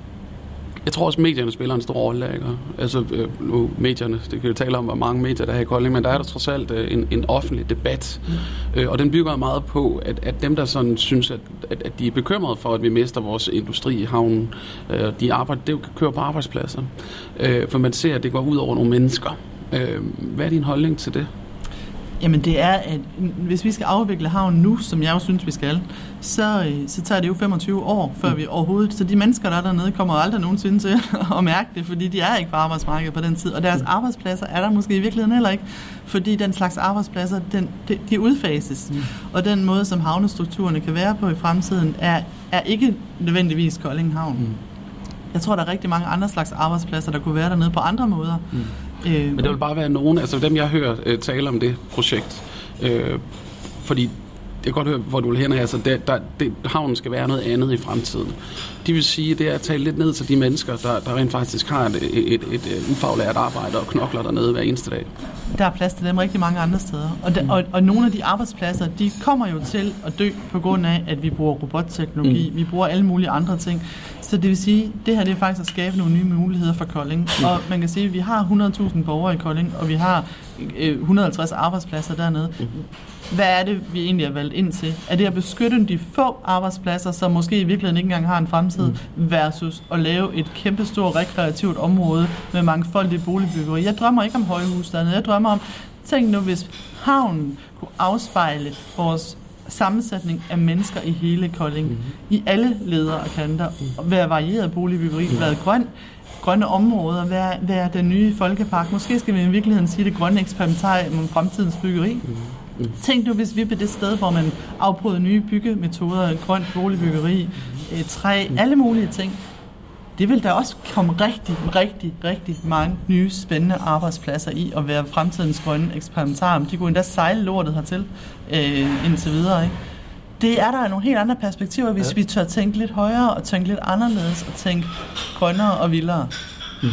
jeg tror også, medierne spiller en stor rolle, ikke? Altså, øh, nu medierne, det kan jo tale om, hvor mange medier der er i Kolding, men der er der trods alt øh, en, en offentlig debat, mm. øh, og den bygger meget på, at, at dem, der sådan synes, at, at, at de er bekymrede for, at vi mister vores industri i havnen, øh, de arbejder, det kører på arbejdspladser, øh, for man ser, at det går ud over nogle mennesker. Øh, hvad er din holdning til det? Jamen det er, at hvis vi skal afvikle havnen nu, som jeg jo synes, vi skal, så, så tager det jo femogtyve år, før vi overhovedet... Så de mennesker, der er dernede, kommer aldrig nogensinde til at mærke det, fordi de er ikke på arbejdsmarkedet på den tid. Og deres arbejdspladser er der måske i virkeligheden heller ikke, fordi den slags arbejdspladser, den, de, de udfases. Mm. Og den måde, som havnestrukturerne kan være på i fremtiden, er, er ikke nødvendigvis Kolding Havn. Mm. Jeg tror, der er rigtig mange andre slags arbejdspladser, der kunne være dernede på andre måder. Mm. Øh, Men der vil bare være nogen, altså dem jeg hører øh, tale om det projekt, øh, fordi jeg kan godt høre, hvor du vil hen, altså der, der, det, havnen skal være noget andet i fremtiden. De vil sige, det er at tale lidt ned til de mennesker, der, der rent faktisk har et, et, et, et ufaglært arbejde og knokler dernede hver eneste dag. Der er plads til dem rigtig mange andre steder. Og, de, og, og nogle af de arbejdspladser, de kommer jo til at dø på grund af, at vi bruger robotteknologi, mm. vi bruger alle mulige andre ting. Så det vil sige, det her det er faktisk at skabe nogle nye muligheder for Kolding. Mm. Og man kan sige, at vi har hundrede tusind borgere i Kolding, og vi har øh, et hundrede og halvtreds arbejdspladser dernede. Mm. Hvad er det, vi egentlig er valgt ind til? Er det at beskytte de få arbejdspladser, som måske i virkeligheden ikke engang har en fremtid, mm. versus at lave et kæmpestort rekreativt område med mangfoldige boligbyggeri? Jeg drømmer ikke om højhus dernede. Jeg drømmer om, tænk nu, hvis havnen kunne afspejle vores sammensætning af mennesker i hele Kolding, mm. i alle ledere og kanter, og være varieret boligbyggeri, mm. være grøn, grønne områder, være, være den nye folkepark. Måske skal vi i virkeligheden sige det grønne eksperimentarium om fremtidens byggeri. Mm. Mm. Tænk nu, hvis vi på det sted, hvor man afprøvede nye byggemetoder, grønt boligbyggeri, mm. træ, mm. alle mulige ting. Det vil der også komme rigtig, rigtig, rigtig mange nye spændende arbejdspladser i at være fremtidens grønne eksperimentarium. De kunne endda sejle lortet hertil øh, indtil videre, ikke? Det er der nogle helt andre perspektiver, hvis ja. vi tør tænke lidt højere og tænke lidt anderledes og tænke grønnere og vildere. Mm.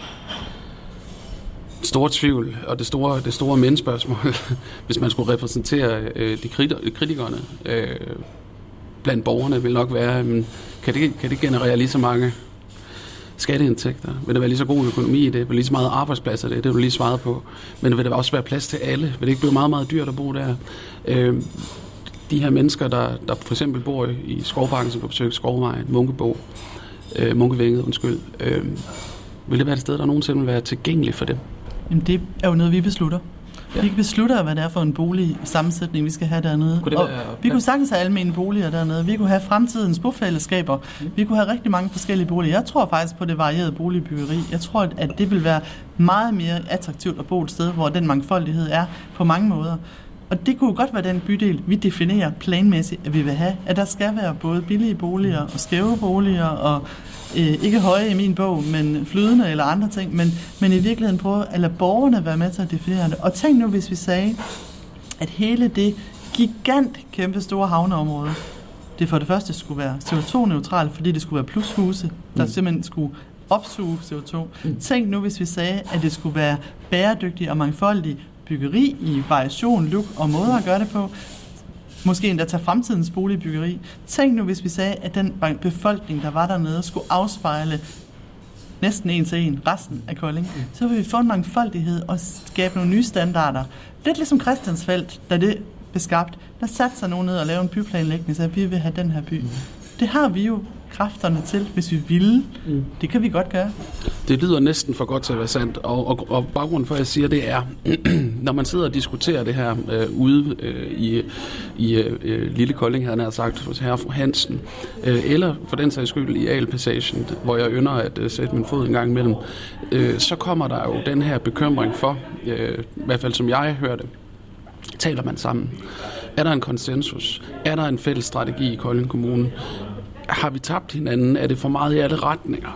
Store tvivl, og det store, det store men-spørgsmål, hvis man skulle repræsentere øh, de kritikerne øh, blandt borgerne, vil nok være, øh, kan, det, kan det generere lige så mange skatteindtægter? Vil der være lige så god økonomi i det? Vil der lige så meget arbejdspladser i det? Det vil du lige svare på. Men vil der også være plads til alle? Vil det ikke blive meget, meget dyrt at bo der? Øh, de her mennesker, der, der for eksempel bor i Skovparken, som du besøger Skovvejen, Munkebo, øh, Munkevænget, undskyld. Øh, vil det være et sted, der nogensinde vil være tilgængeligt for dem? Jamen, det er jo noget, vi beslutter. Ja. Vi beslutter, hvad det er for en boligsammensætning, vi skal have dernede. Kunne og vi kunne sagtens have almene boliger dernede. Vi kunne have fremtidens bofællesskaber. Mm. Vi kunne have rigtig mange forskellige boliger. Jeg tror faktisk på det varierede boligbyggeri. Jeg tror, at det vil være meget mere attraktivt at bo et sted, hvor den mangfoldighed er på mange måder. Og det kunne godt være den bydel, vi definerer planmæssigt, at vi vil have. At der skal være både billige boliger og skæve boliger, og øh, ikke høje i min bog, men flydende eller andre ting. Men, men i virkeligheden prøve at lade borgerne være med til at definere det. Og tænk nu, hvis vi sagde, at hele det gigant kæmpe store havneområde, det for det første skulle være C O to neutralt, fordi det skulle være plushuse, der mm. simpelthen skulle opsuge C O to. Mm. Tænk nu, hvis vi sagde, at det skulle være bæredygtig og mangfoldig byggeri i variation, look og måder at gøre det på. Måske endda tage fremtidens boligbyggeri. Tænk nu, hvis vi sagde, at den befolkning, der var dernede, skulle afspejle næsten en til en resten af Kolding. Mm. Så vil vi få en mangfoldighed og skabe nogle nye standarder. Lidt ligesom Christiansfeld, da det blev skabt. Der satte sig nogen ned og lavede en byplanlægning, så vi vil have den her by. Mm. Det har vi jo kræfterne til, hvis vi ville. Mm. Det kan vi godt gøre. Det lyder næsten for godt til at være sandt, og, og, og baggrunden for, at jeg siger det er, når man sidder og diskuterer det her øh, ude øh, i, i øh, Lille Kolding, havde jeg sagt, hos herre Hansen, øh, eller for den sags skyld i Ahl-passagen, hvor jeg ynder at øh, sætte min fod en gang imellem, øh, så kommer der jo den her bekymring for, øh, i hvert fald som jeg hører det, taler man sammen? Er der en konsensus? Er der en fælles strategi i Kolding Kommune? Har vi tabt hinanden? Er det for meget i alle retninger?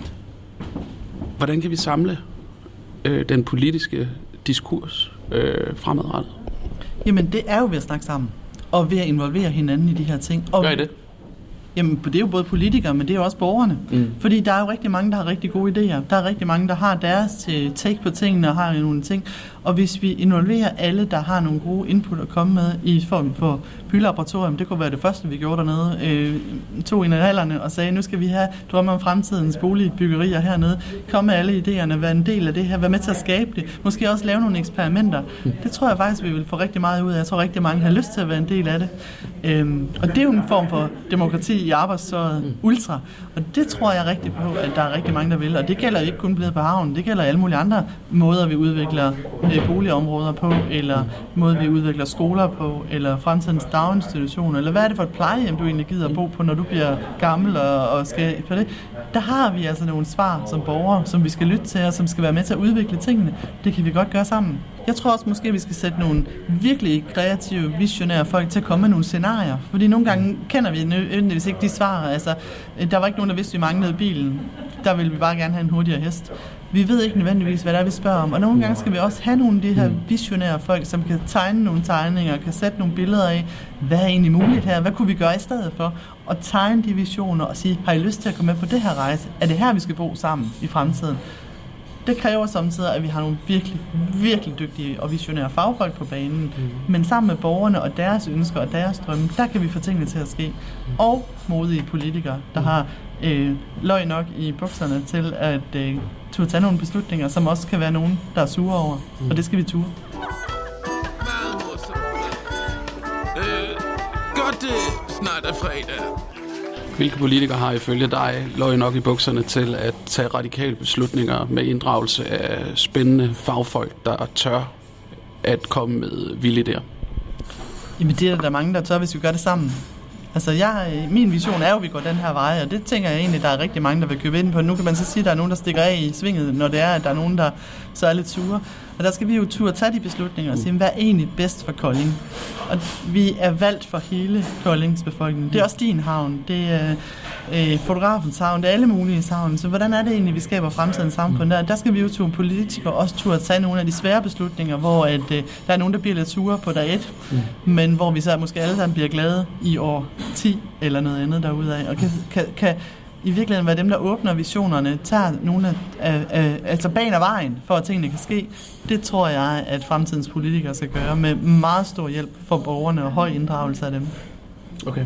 Hvordan kan vi samle øh, den politiske diskurs øh, fremadrettet? Jamen, det er jo ved at snakke sammen. Og ved at involvere hinanden i de her ting. Og gør I det? Jamen, det er jo både politikere, men det er jo også borgerne. Mm. Fordi der er jo rigtig mange, der har rigtig gode idéer. Der er rigtig mange, der har deres take på tingene og har nogle ting. Og hvis vi involverer alle, der har nogle gode input at komme med i form for bylaboratorium, det kunne være det første, vi gjorde dernede, øh, tog en af hallerne og sagde, nu skal vi have drømme om fremtidens boligbyggerier hernede. Kom med alle idéerne, vær en del af det her, vær med til at skabe det. Måske også lave nogle eksperimenter. Mm. Det tror jeg faktisk, vi vil få rigtig meget ud af. Jeg tror rigtig mange har lyst til at være en del af det. Øhm, og det er jo en form for demokrati i arbejdstøjet mm. ultra. Og det tror jeg rigtig på, at der er rigtig mange, der vil. Og det gælder ikke kun blevet på havnen. Det gælder alle mulige andre måder, vi udvikler øh, boligområder på, eller måder, vi udvikler skoler på, eller fremtidens daginstitutioner, eller hvad er det for et plejehjem, du egentlig gider bo på, når du bliver gammel og, og skal på det. Der har vi altså nogle svar som borgere, som vi skal lytte til, og som skal være med til at udvikle tingene. Det kan vi godt gøre sammen. Jeg tror også måske, vi skal sætte nogle virkelig kreative, visionære folk til at komme med nogle scenarier. Fordi nogle gange kender vi nødvendigvis ikke de svar. Altså, der var ikke nogen, der vidste, vi manglede bilen. Der ville vi bare gerne have en hurtigere hest. Vi ved ikke nødvendigvis, hvad der er, vi spørger om. Og nogle gange skal vi også have nogle af de her visionære folk, som kan tegne nogle tegninger, kan sætte nogle billeder af, hvad er egentlig muligt her? Hvad kunne vi gøre i stedet for? Og tegne de visioner og sige, har I lyst til at komme med på det her rejse? Er det her, vi skal bo sammen i fremtiden? Det kræver samtidig, at vi har nogle virkelig, virkelig dygtige og visionære fagfolk på banen. Mm. Men sammen med borgerne og deres ønsker og deres drømme, der kan vi få tingene til at ske. Og modige politikere, der har øh, løg nok i bukserne til at øh, turde tage nogle beslutninger, som også kan være nogen, der er sure over. Mm. Og det skal vi ture. Øh, godt det snart er fredag. Hvilke politikere har ifølge dig løg nok i bukserne til at tage radikale beslutninger med inddragelse af spændende fagfolk, der tør at komme med vilde idéer? Jamen det er der mange, der tør, hvis vi gør det sammen. Altså jeg, min vision er jo, at vi går den her vej, og det tænker jeg egentlig, der er rigtig mange, der vil købe ind på. Nu kan man så sige, at der er nogen, der stikker af i svinget, når det er, at der er nogen, der så er lidt sure. Og der skal vi jo turde tage de beslutninger og sige, hvad er egentlig bedst for Kolding? Og vi er valgt for hele Koldings befolkning. Det er også din havn, det er øh, fotografens havn, det er alle mulige havn. Så hvordan er det egentlig, vi skaber fremtidens samfund der? Der skal vi jo turde politikere også turde tage nogle af de svære beslutninger, hvor at, øh, der er nogen, der bliver lidt sure på dag et, mm. men hvor vi så måske alle sammen bliver glade i år ti eller noget andet derudaf. Og kan, kan, kan i virkeligheden være dem, der åbner visionerne, tager nogle af, af, af altså baner vejen, for at tingene kan ske. Det tror jeg, at fremtidens politikere skal gøre med meget stor hjælp for borgerne og høj inddragelse af dem. Okay.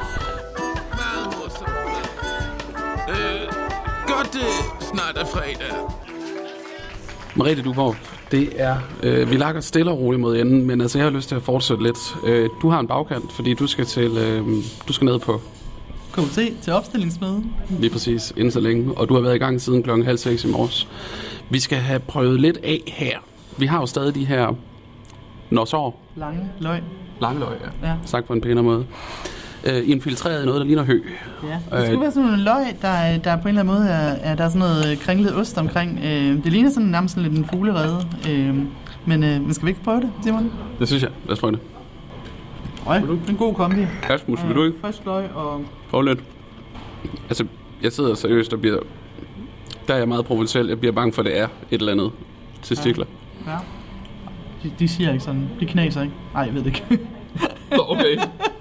Øh, godt det snart er fredag. Merete Duborg, det er, øh, vi lakker stille og roligt mod enden, men altså jeg har lyst til at fortsætte lidt. Øh, du har en bagkant, fordi du skal til, øh, du skal ned på K U T til opstillingsmøde. Lige præcis, inden så længe. Og du har været i gang siden klokken halv seks i morges. Vi skal have prøvet lidt af her. Vi har jo stadig de her nåsår. Lange løg. Lange løg, ja. ja. Sagt på en pænere måde. Øh, infiltreret i noget, der ligner hø. Ja, det skulle øh, være sådan en løg, der, der på en eller anden måde er, er der sådan noget kringlet ost omkring. Øh, det ligner sådan nærmest sådan lidt en fuglerede. Øh, men øh, men skal vi ikke prøve det, Simon? Det synes jeg. Lad os prøve det. Øj, en god kombi. Asmus, vil du ikke? Frisk løg og... Prøv lidt. Altså, jeg sidder seriøst og bliver... Der er jeg meget provinciel. Jeg bliver bange for, at det er et eller andet testikler. Ja. ja. De, de siger ikke sådan. De knaser ikke. Nej, jeg ved det ikke. Okay.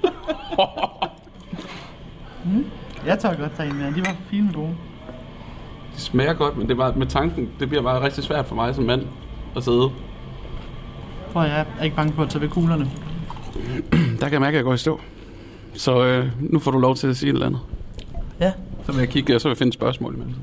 mm. Jeg tager godt tage en mere. De var fine og gode. De smager godt, men det var med tanken, det bliver bare rigtig svært for mig som mand at sidde. For jeg er ikke bange for at tage ved kuglerne. Der kan jeg mærke, at jeg går i stå. Så øh, nu får du lov til at sige et eller andet. Ja. Så vil jeg kigge, og så vil jeg finde et spørgsmål imellem.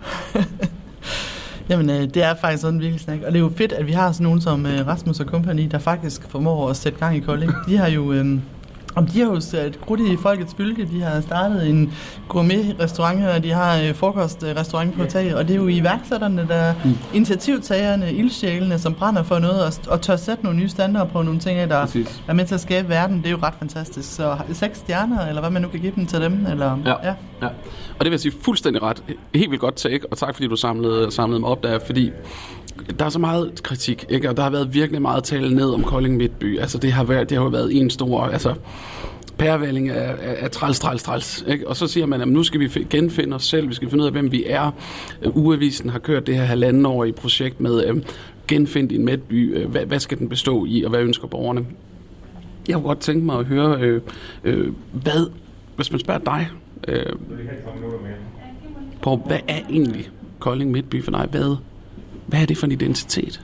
Jamen, øh, det er faktisk sådan en virkelig snak. Og det er jo fedt, at vi har sådan nogen som øh, Rasmus og Company, der faktisk formår at sætte gang i Kolding. De har jo... Øh, Om de har jo sat krudt i folkets fylke, de har startet en gourmet-restaurant her, de har en frokostrestaurant på taget, og det er jo iværksætterne, der mm. initiativtagerne, ildsjælene, som brænder for noget, og, og tør sætte nogle nye standarder på nogle ting, der Præcis. er med til at skabe verden. Det er jo ret fantastisk. Så seks stjerner, eller hvad man nu kan give dem til dem, eller... Ja, ja. ja. Og det vil jeg sige fuldstændig ret. Helt vildt godt take, og tak fordi du samlede, samlede mig op der, fordi... Der er så meget kritik, ikke? Og der har været virkelig meget tale ned om Kolding Midtby. Altså det har været, det har jo været en stor, altså pærevælling af, af, af træls, træls, træls, ikke? Og så siger man, at nu skal vi genfinde os selv, vi skal finde ud af, hvem vi er. Ugeavisen har kørt det her halvandenårige projekt med øh, genfind din Midtby. Hvad, hvad skal den bestå i, og hvad ønsker borgerne? Jeg kunne godt tænke mig at høre, øh, øh, hvad, hvis man spørger dig, øh, på hvad er egentlig Kolding Midtby for dig? Hvad Hvad er det for en identitet?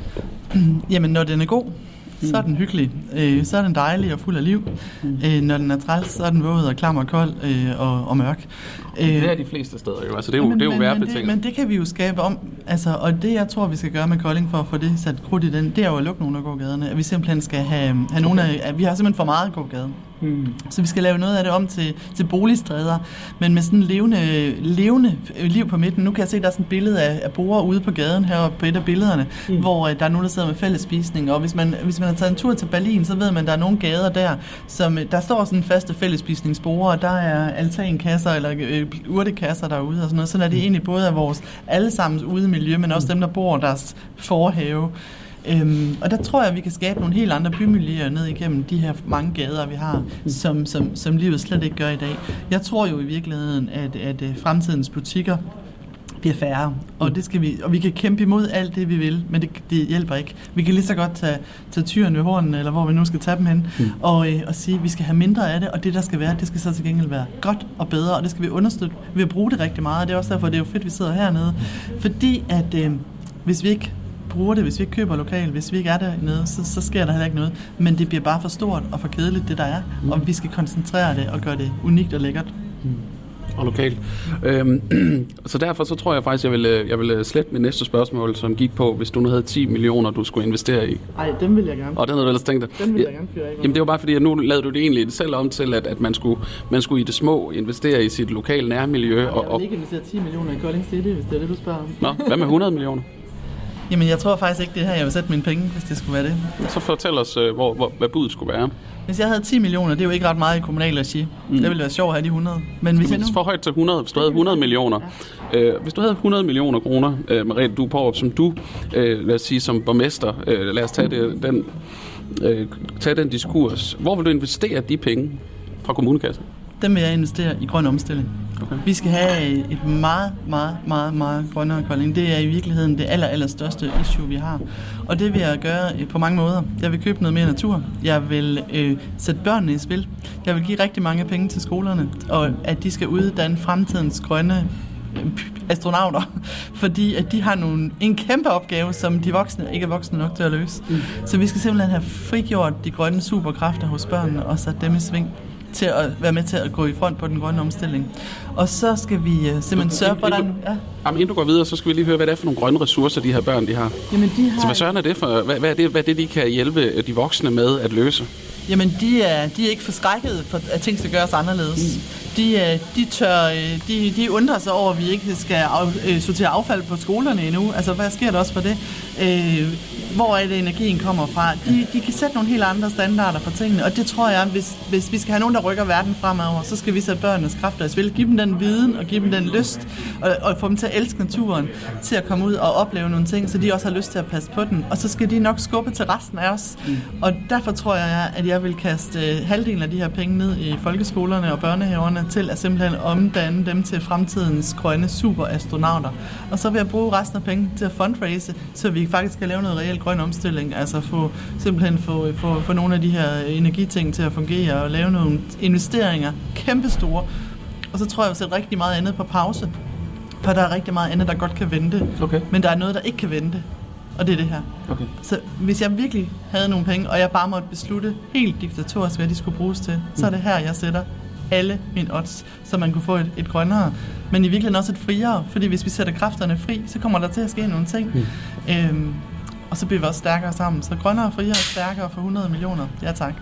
Jamen, når den er god, så er den hyggelig. Øh, så er den dejlig og fuld af liv. Øh, når den er træls, så er den våd og klam og kold øh, og, og mørk. Øh, det er de fleste steder jo. Altså, det er jo, men, det er jo værbetinget. Men, men det kan vi jo skabe om. Altså, og det, jeg tror, vi skal gøre med Kolding for at få det sat krudt i den, det er jo at lukke nogle af gågaderne. At vi simpelthen skal have, have nogle af... At vi har simpelthen for meget gågade. Hmm. Så vi skal lave noget af det om til, til boligstræder, men med sådan en levende, levende liv på midten. Nu kan jeg se, at der er sådan et billede af, af borde ude på gaden heroppe på et af billederne, hmm. hvor uh, der er nogen, der sidder med fællesspisning. Og hvis man, hvis man har taget en tur til Berlin, så ved man, at der er nogle gader der, som der står sådan faste fællesspisningsborde, og der er altankasser eller øh, urtekasser derude og sådan noget. Sådan er det egentlig både af vores allesammens udemiljø, men også dem, der bor deres forhave. Øhm, og der tror jeg, at vi kan skabe nogle helt andre bymiljøer ned igennem de her mange gader, vi har, som, som, som livet slet ikke gør i dag. Jeg tror jo i virkeligheden, at, at fremtidens butikker bliver færre, og, det skal vi, og vi kan kæmpe imod alt det, vi vil, men det, det hjælper ikke. Vi kan lige så godt tage, tage tyren ved hornen, eller hvor vi nu skal tage dem hen, mm. og, øh, og sige, at vi skal have mindre af det, og det, der skal være, det skal så til gengæld være godt og bedre, og det skal vi understøtte ved at bruge det rigtig meget, og det er også derfor, det er jo fedt, at vi sidder hernede, fordi at øh, hvis vi ikke bruger det, hvis vi ikke køber lokalt, hvis vi ikke er dernede, så, så sker der heller ikke noget. Men det bliver bare for stort og for kedeligt, det der er. Mm. Og vi skal koncentrere det og gøre det unikt og lækkert. Mm. Og lokalt. Øhm, så derfor så tror jeg faktisk, jeg vil, jeg vil slette mit næste spørgsmål, som gik på, hvis du nu havde ti millioner, du skulle investere i. Nej, dem vil jeg gerne. Og den havde du ellers tænkt dig. Den vil jeg gerne fyre af. Jamen det var bare fordi, at nu lavede du det egentlig selv om til, at, at man, skulle, man skulle i det små investere i sit lokale nærmiljø. Jeg vil og, ikke investere ti millioner i Kolding City, hvis det er det, du spørger om. Nå, hvad med hundrede millioner? Jamen, jeg tror faktisk ikke, det her, jeg vil sætte mine penge, hvis det skulle være det. Så fortæl os, hvor, hvor, hvad budet skulle være. Hvis jeg havde ti millioner, det er jo ikke ret meget i kommunal regi. Mm. Det ville være sjovt at have de hundrede. Men hvis jeg nu... for højt til hundrede, hvis du havde hundrede millioner. Ja. Øh, hvis du havde hundrede millioner kroner, øh, Merete Du Paarup, som du, øh, lad os sige, som borgmester, øh, lad os tage, det, den, øh, tage den diskurs. Hvor vil du investere de penge fra kommunekassen? Dem vil jeg investere i grøn omstilling. Okay. Vi skal have et meget, meget, meget, meget grønnere Kolding. Det er i virkeligheden det aller, aller største issue, vi har. Og det vil jeg gøre på mange måder. Jeg vil købe noget mere natur. Jeg vil øh, sætte børnene i spil. Jeg vil give rigtig mange penge til skolerne, og at de skal uddanne fremtidens grønne astronauter, fordi at de har nogle, en kæmpe opgave, som de voksne ikke er voksne nok til at løse. Mm. Så vi skal simpelthen have frigjort de grønne superkræfter hos børnene og sat dem i sving til at være med til at gå i front på den grønne omstilling. Og så skal vi uh, simpelthen sørge for, hvordan... Ja. Jamen, inden du går videre, så skal vi lige høre, hvad det er for nogle grønne ressourcer, de her børn, de har. Jamen, de har... Så hvad søren er det for... Hvad, hvad, er det, hvad er det, de kan hjælpe de voksne med at løse? Jamen, de er, de er ikke forskrækket for, at ting skal gøres anderledes. Mm. De, de, tør, de, de undrer sig over, at vi ikke skal af, sortere affald på skolerne endnu. Altså, hvad sker der også for det? Øh, hvor er det, energien kommer fra? De, de kan sætte nogle helt andre standarder for tingene, og det tror jeg, hvis, hvis vi skal have nogen, der rykker verden fremover, så skal vi sætte børnenes kræfter i spil. Give dem den viden, og give dem den lyst, og, og få dem til at elske naturen, til at komme ud og opleve nogle ting, så de også har lyst til at passe på den. Og så skal de nok skubbe til resten af os. Mm. Og derfor tror jeg, at jeg vil kaste halvdelen af de her penge ned i folkeskolerne og børnehaverne, til at simpelthen omdanne dem til fremtidens grønne superastronauter. Og så vil jeg bruge resten af penge til at fundraise, så vi vi faktisk kan lave noget reelt grøn omstilling, altså få, simpelthen få, få, få nogle af de her energiting til at fungere og lave nogle investeringer, kæmpestore. Og så tror jeg, at vi sætter rigtig meget andet på pause, for der er rigtig meget andet, der godt kan vente, okay. Men der er noget, der ikke kan vente, og det er det her. Okay. Så hvis jeg virkelig havde nogle penge, og jeg bare måtte beslutte helt diktatorisk, hvad de skulle bruges til, mm. så er det her, jeg sætter alle mine odds, så man kunne få et, et grønnere, men i virkeligheden også et friere, fordi hvis vi sætter kræfterne fri, så kommer der til at ske nogle ting. Mm. Øhm, og så bliver vi også stærkere sammen. Så grønnere, friere og stærkere for hundrede millioner. Ja, tak.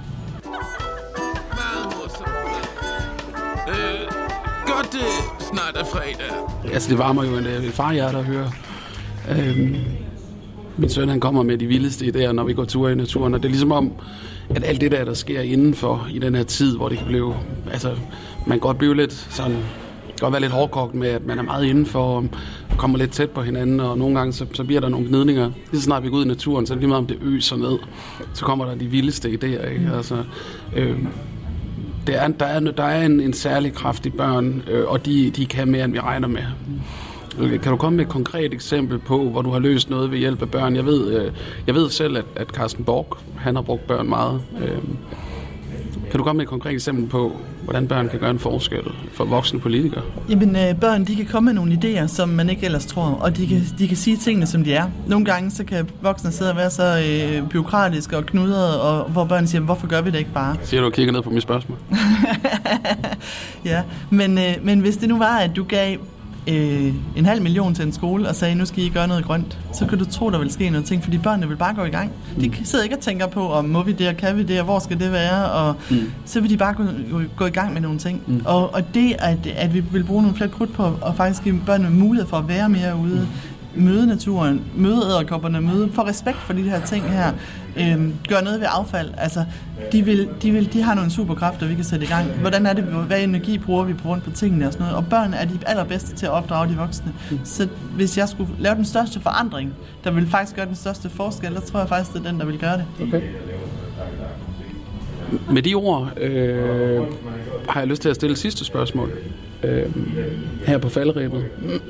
Øh, godt, det snart er fredag. Altså, det varmer jo en, en farhjerte at høre. Øhm, min søn, han kommer med de vildeste idéer, når vi går ture i naturen, og det er ligesom om, at alt det der, der sker indenfor i den her tid, hvor det kan blive, altså, man kan godt blive lidt sådan, godt være lidt hårdkogt med, at man er meget indenfor, og kommer lidt tæt på hinanden, og nogle gange, så, så bliver der nogle gnidninger. Lige så snart vi går ud i naturen, så er det lige meget om det øser ned, så kommer der de vildeste idéer, ikke? Altså, øh, det er, der er, der er en, en særlig kraft i børn, øh, og de, de kan mere, end vi regner med. Kan du komme med et konkret eksempel på, hvor du har løst noget ved hjælp af børn? Jeg ved, øh, jeg ved selv, at, at Carsten Borg, han har brugt børn meget. Øh, kan du komme med et konkret eksempel på, hvordan børn kan gøre en forskel for voksne politikere? Jamen, øh, børn, de kan komme med nogle idéer, som man ikke ellers tror, og de kan, de kan sige tingene, som de er. Nogle gange, så kan voksne sidde og være så øh, byråkratiske og knudrede, og hvor børn siger, hvorfor gør vi det ikke bare? Siger du og kigger ned på mit spørgsmål? Ja, men, øh, men hvis det nu var, at du gav Øh, en halv million til en skole og sagde, nu skal I gøre noget grønt, så kan du tro, der vil ske noget ting, fordi børnene vil bare gå i gang. De sidder ikke og tænker på, om må vi det, og kan vi det, og hvor skal det være, og mm. så vil de bare gå, gå i gang med nogle ting. Mm. Og, og det, at, at vi vil bruge nogle flere krudt på, og faktisk give børnene mulighed for at være mere ude, møde naturen, møde edderkopperne, møde, få respekt for de her ting her, øhm, gøre noget ved affald. Altså, de, vil, de, vil, de har nogle superkræfter, vi kan sætte i gang. Hvordan er det, hvad energi bruger vi på rundt på tingene og sådan noget. Og børn er de allerbedste til at opdrage de voksne. Så hvis jeg skulle lave den største forandring, der vil faktisk gøre den største forskel, der tror jeg faktisk, det er den, der vil gøre det. Okay. Med de ord øh, har jeg lyst til at stille sidste spørgsmål øh, her på falderebet.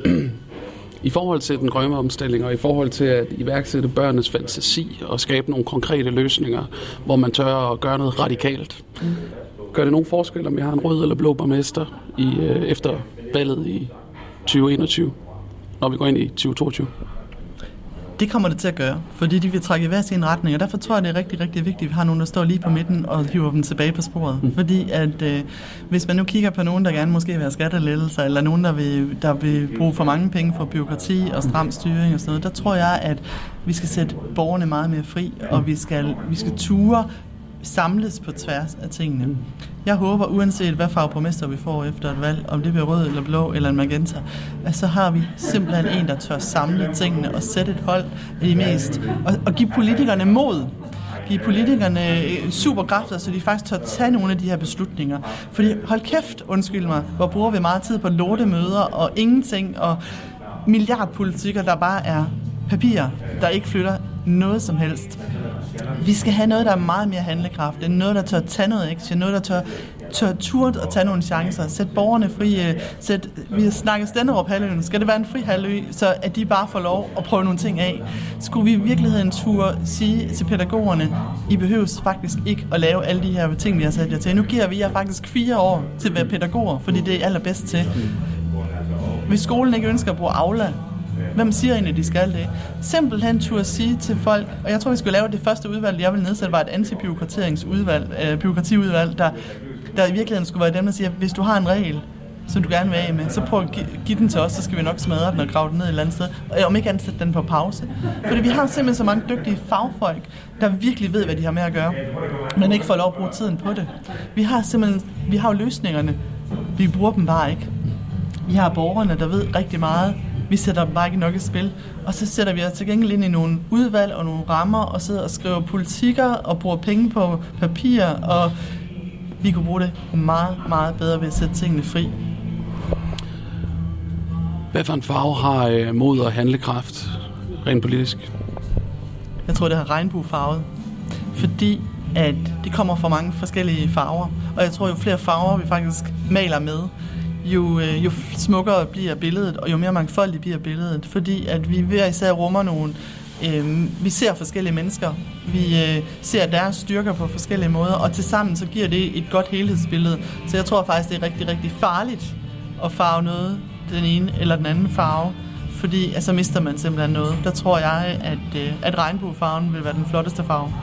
I forhold til den grønne omstilling, og i forhold til at iværksætte børnenes fantasi og skabe nogle konkrete løsninger, hvor man tør at gøre noget radikalt. Gør det nogen forskel, om jeg har en rød eller blå borgmester i, øh, efter valget i tyve enogtyve, når vi går ind i tyve toogtyve? Det kommer det til at gøre, fordi de vil trække i hver sin retning, og derfor tror jeg, det er rigtig, rigtig vigtigt, at vi har nogen, der står lige på midten og hiver dem tilbage på sporet. Mm. Fordi at øh, hvis man nu kigger på nogen, der gerne måske vil have skattelettelser, eller nogen, der vil, der vil bruge for mange penge for byråkrati og stram styring og sådan noget, der tror jeg, at vi skal sætte borgerne meget mere fri, og vi skal, vi skal ture samles på tværs af tingene. Jeg håber, uanset hvad farve borgmester vi får efter et valg, om det bliver rød eller blå eller en magenta, så har vi simpelthen en, der tør samle tingene og sætte et hold af de mest. Og, og give politikerne mod. Give politikerne superkræfter, så de faktisk tør tage nogle af de her beslutninger. Fordi hold kæft, undskyld mig, hvor bruger vi meget tid på lortemøder og ingenting og milliardpolitikker, der bare er papirer, der ikke flytter noget som helst. Vi skal have noget, der er meget mere handlekraft. Noget, der tør tage noget action. Noget, der tør, tør turde at tage nogle chancer. Sæt borgerne fri. Sæt, vi har snakket Stenderup-halvøen. Skal det være en fri halvø, så at de bare får lov at prøve nogle ting af? Skulle vi i virkeligheden turde sige til pædagogerne, I behøves faktisk ikke at lave alle de her ting, vi har sat jer til. Nu giver vi jer faktisk fire år til at være pædagoger, fordi det er allerbedst til. Hvis skolen ikke ønsker at bruge Aula, hvem siger egentlig, at de skal det? Simpelthen turde sige til folk, og jeg tror, vi skulle lave det første udvalg, jeg ville nedsætte, var et anti-bureaukrateringsudvalg, øh, bureaukratiudvalg, der, der i virkeligheden skulle være dem, der siger, hvis du har en regel, som du gerne vil af med, så prøv at give, give den til os, så skal vi nok smadre den og grave den ned et eller andet sted, og om ikke ansætte den på pause. Fordi vi har simpelthen så mange dygtige fagfolk, der virkelig ved, hvad de har med at gøre, men ikke får lov at bruge tiden på det. Vi har simpelthen, vi har jo løsningerne, vi bruger dem bare ikke. Vi har borgerne, der ved rigtig meget. Vi sætter bare ikke nok i spil. Og så sætter vi os til gengæld ind i nogle udvalg og nogle rammer, og sidder og skriver politikker og bruger penge på papir, og vi kunne bruge det meget, meget bedre ved at sætte tingene fri. Hvad for en farve har øh, mod og handlekraft rent politisk? Jeg tror, det har regnbuefarvet. Fordi at det kommer fra mange forskellige farver. Og jeg tror, jo flere farver vi faktisk maler med, Jo, jo smukkere bliver billedet, og jo mere mangfoldigt bliver billedet, fordi at vi hver især rummer nogle øh, vi ser forskellige mennesker. Vi øh, ser deres styrker på forskellige måder, og tilsammen så giver det et godt helhedsbillede. Så jeg tror faktisk, det er rigtig, rigtig farligt at farve noget, den ene eller den anden farve, fordi altså, mister man simpelthen noget. Der tror jeg, at, øh, at regnbuefarven vil være den flotteste farve.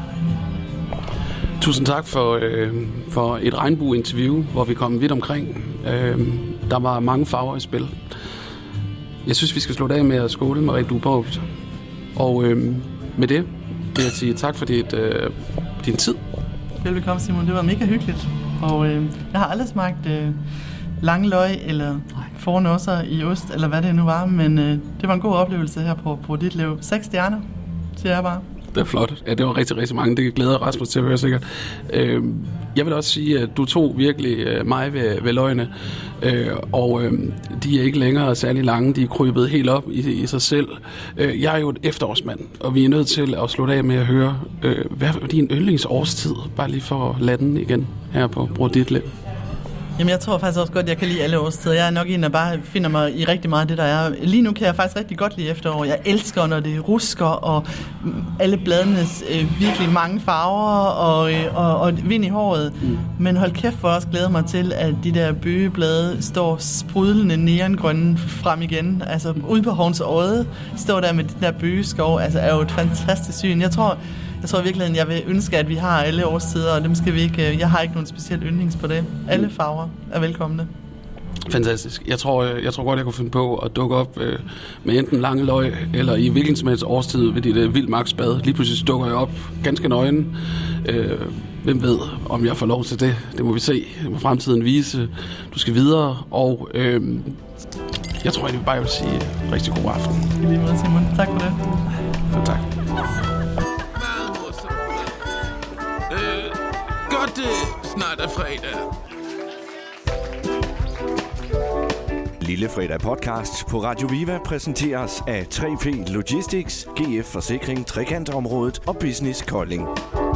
Tusind tak for, øh, for et regnbue-interview, hvor vi kom vidt omkring. Øh, der var mange farver i spil. Jeg synes, vi skal slutte af med at skåle, Marie Dueborg. Og øh, med det vil jeg sige tak for dit, øh, din tid. Velbekomme, Simon. Det var mega hyggeligt. Og øh, jeg har aldrig smagt øh, lange løg eller fornåser i ost, eller hvad det nu var. Men øh, det var en god oplevelse her på, på dit liv. Seks stjerner, siger jeg bare. Det er flot. Ja, det var rigtig, rigtig mange. Det glæder Rasmus til at høre sikkert. Øh, jeg vil også sige, at du tog virkelig øh, mig ved, ved løgene, øh, og øh, de er ikke længere særlig lange. De er krybet helt op i, i sig selv. Øh, jeg er jo et efterårsmand, og vi er nødt til at slutte af med at høre, øh, hvad er din yndlingsårstid? Bare lige for at lade den igen her på Bror Dit Liv. Jamen, jeg tror faktisk også godt, at jeg kan lide alle årstider. Jeg er nok en, der bare finder mig i rigtig meget af det, der er. Lige nu kan jeg faktisk rigtig godt lide efterår. Jeg elsker, når det rusker, og alle bladenes øh, virkelig mange farver, og, øh, og, og vind i håret. Mm. Men hold kæft, for også glæder mig til, at de der bøgeblade står sprudlende neongrønne frem igen. Altså, ude på Horns Odde står der med de der bøgeskov. Altså, er jo et fantastisk syn. Jeg tror... Jeg tror virkelig, at jeg vil ønske, at vi har alle årstider, og dem skal vi ikke... Jeg har ikke nogen speciel yndlings på det. Alle farver er velkomne. Fantastisk. Jeg tror, jeg tror godt, jeg kunne finde på at dukke op øh, med enten lange løg, eller i hvilken som helst årstid ved dit øh, vildmarksbad. Lige pludselig dukker jeg op ganske nøgen. Øh, hvem ved, om jeg får lov til det? Det må vi se. Det må fremtiden vise. Du skal videre, og øh, jeg tror, jeg bare vil sige rigtig god aften. I lige måde, Simon. Tak for det. Så tak. Godt, det snart er fredag. Lille Fredag podcast på Radio Viva præsenteres af tre F Logistics, G F Forsikring, Trekantområdet og Business Kolding.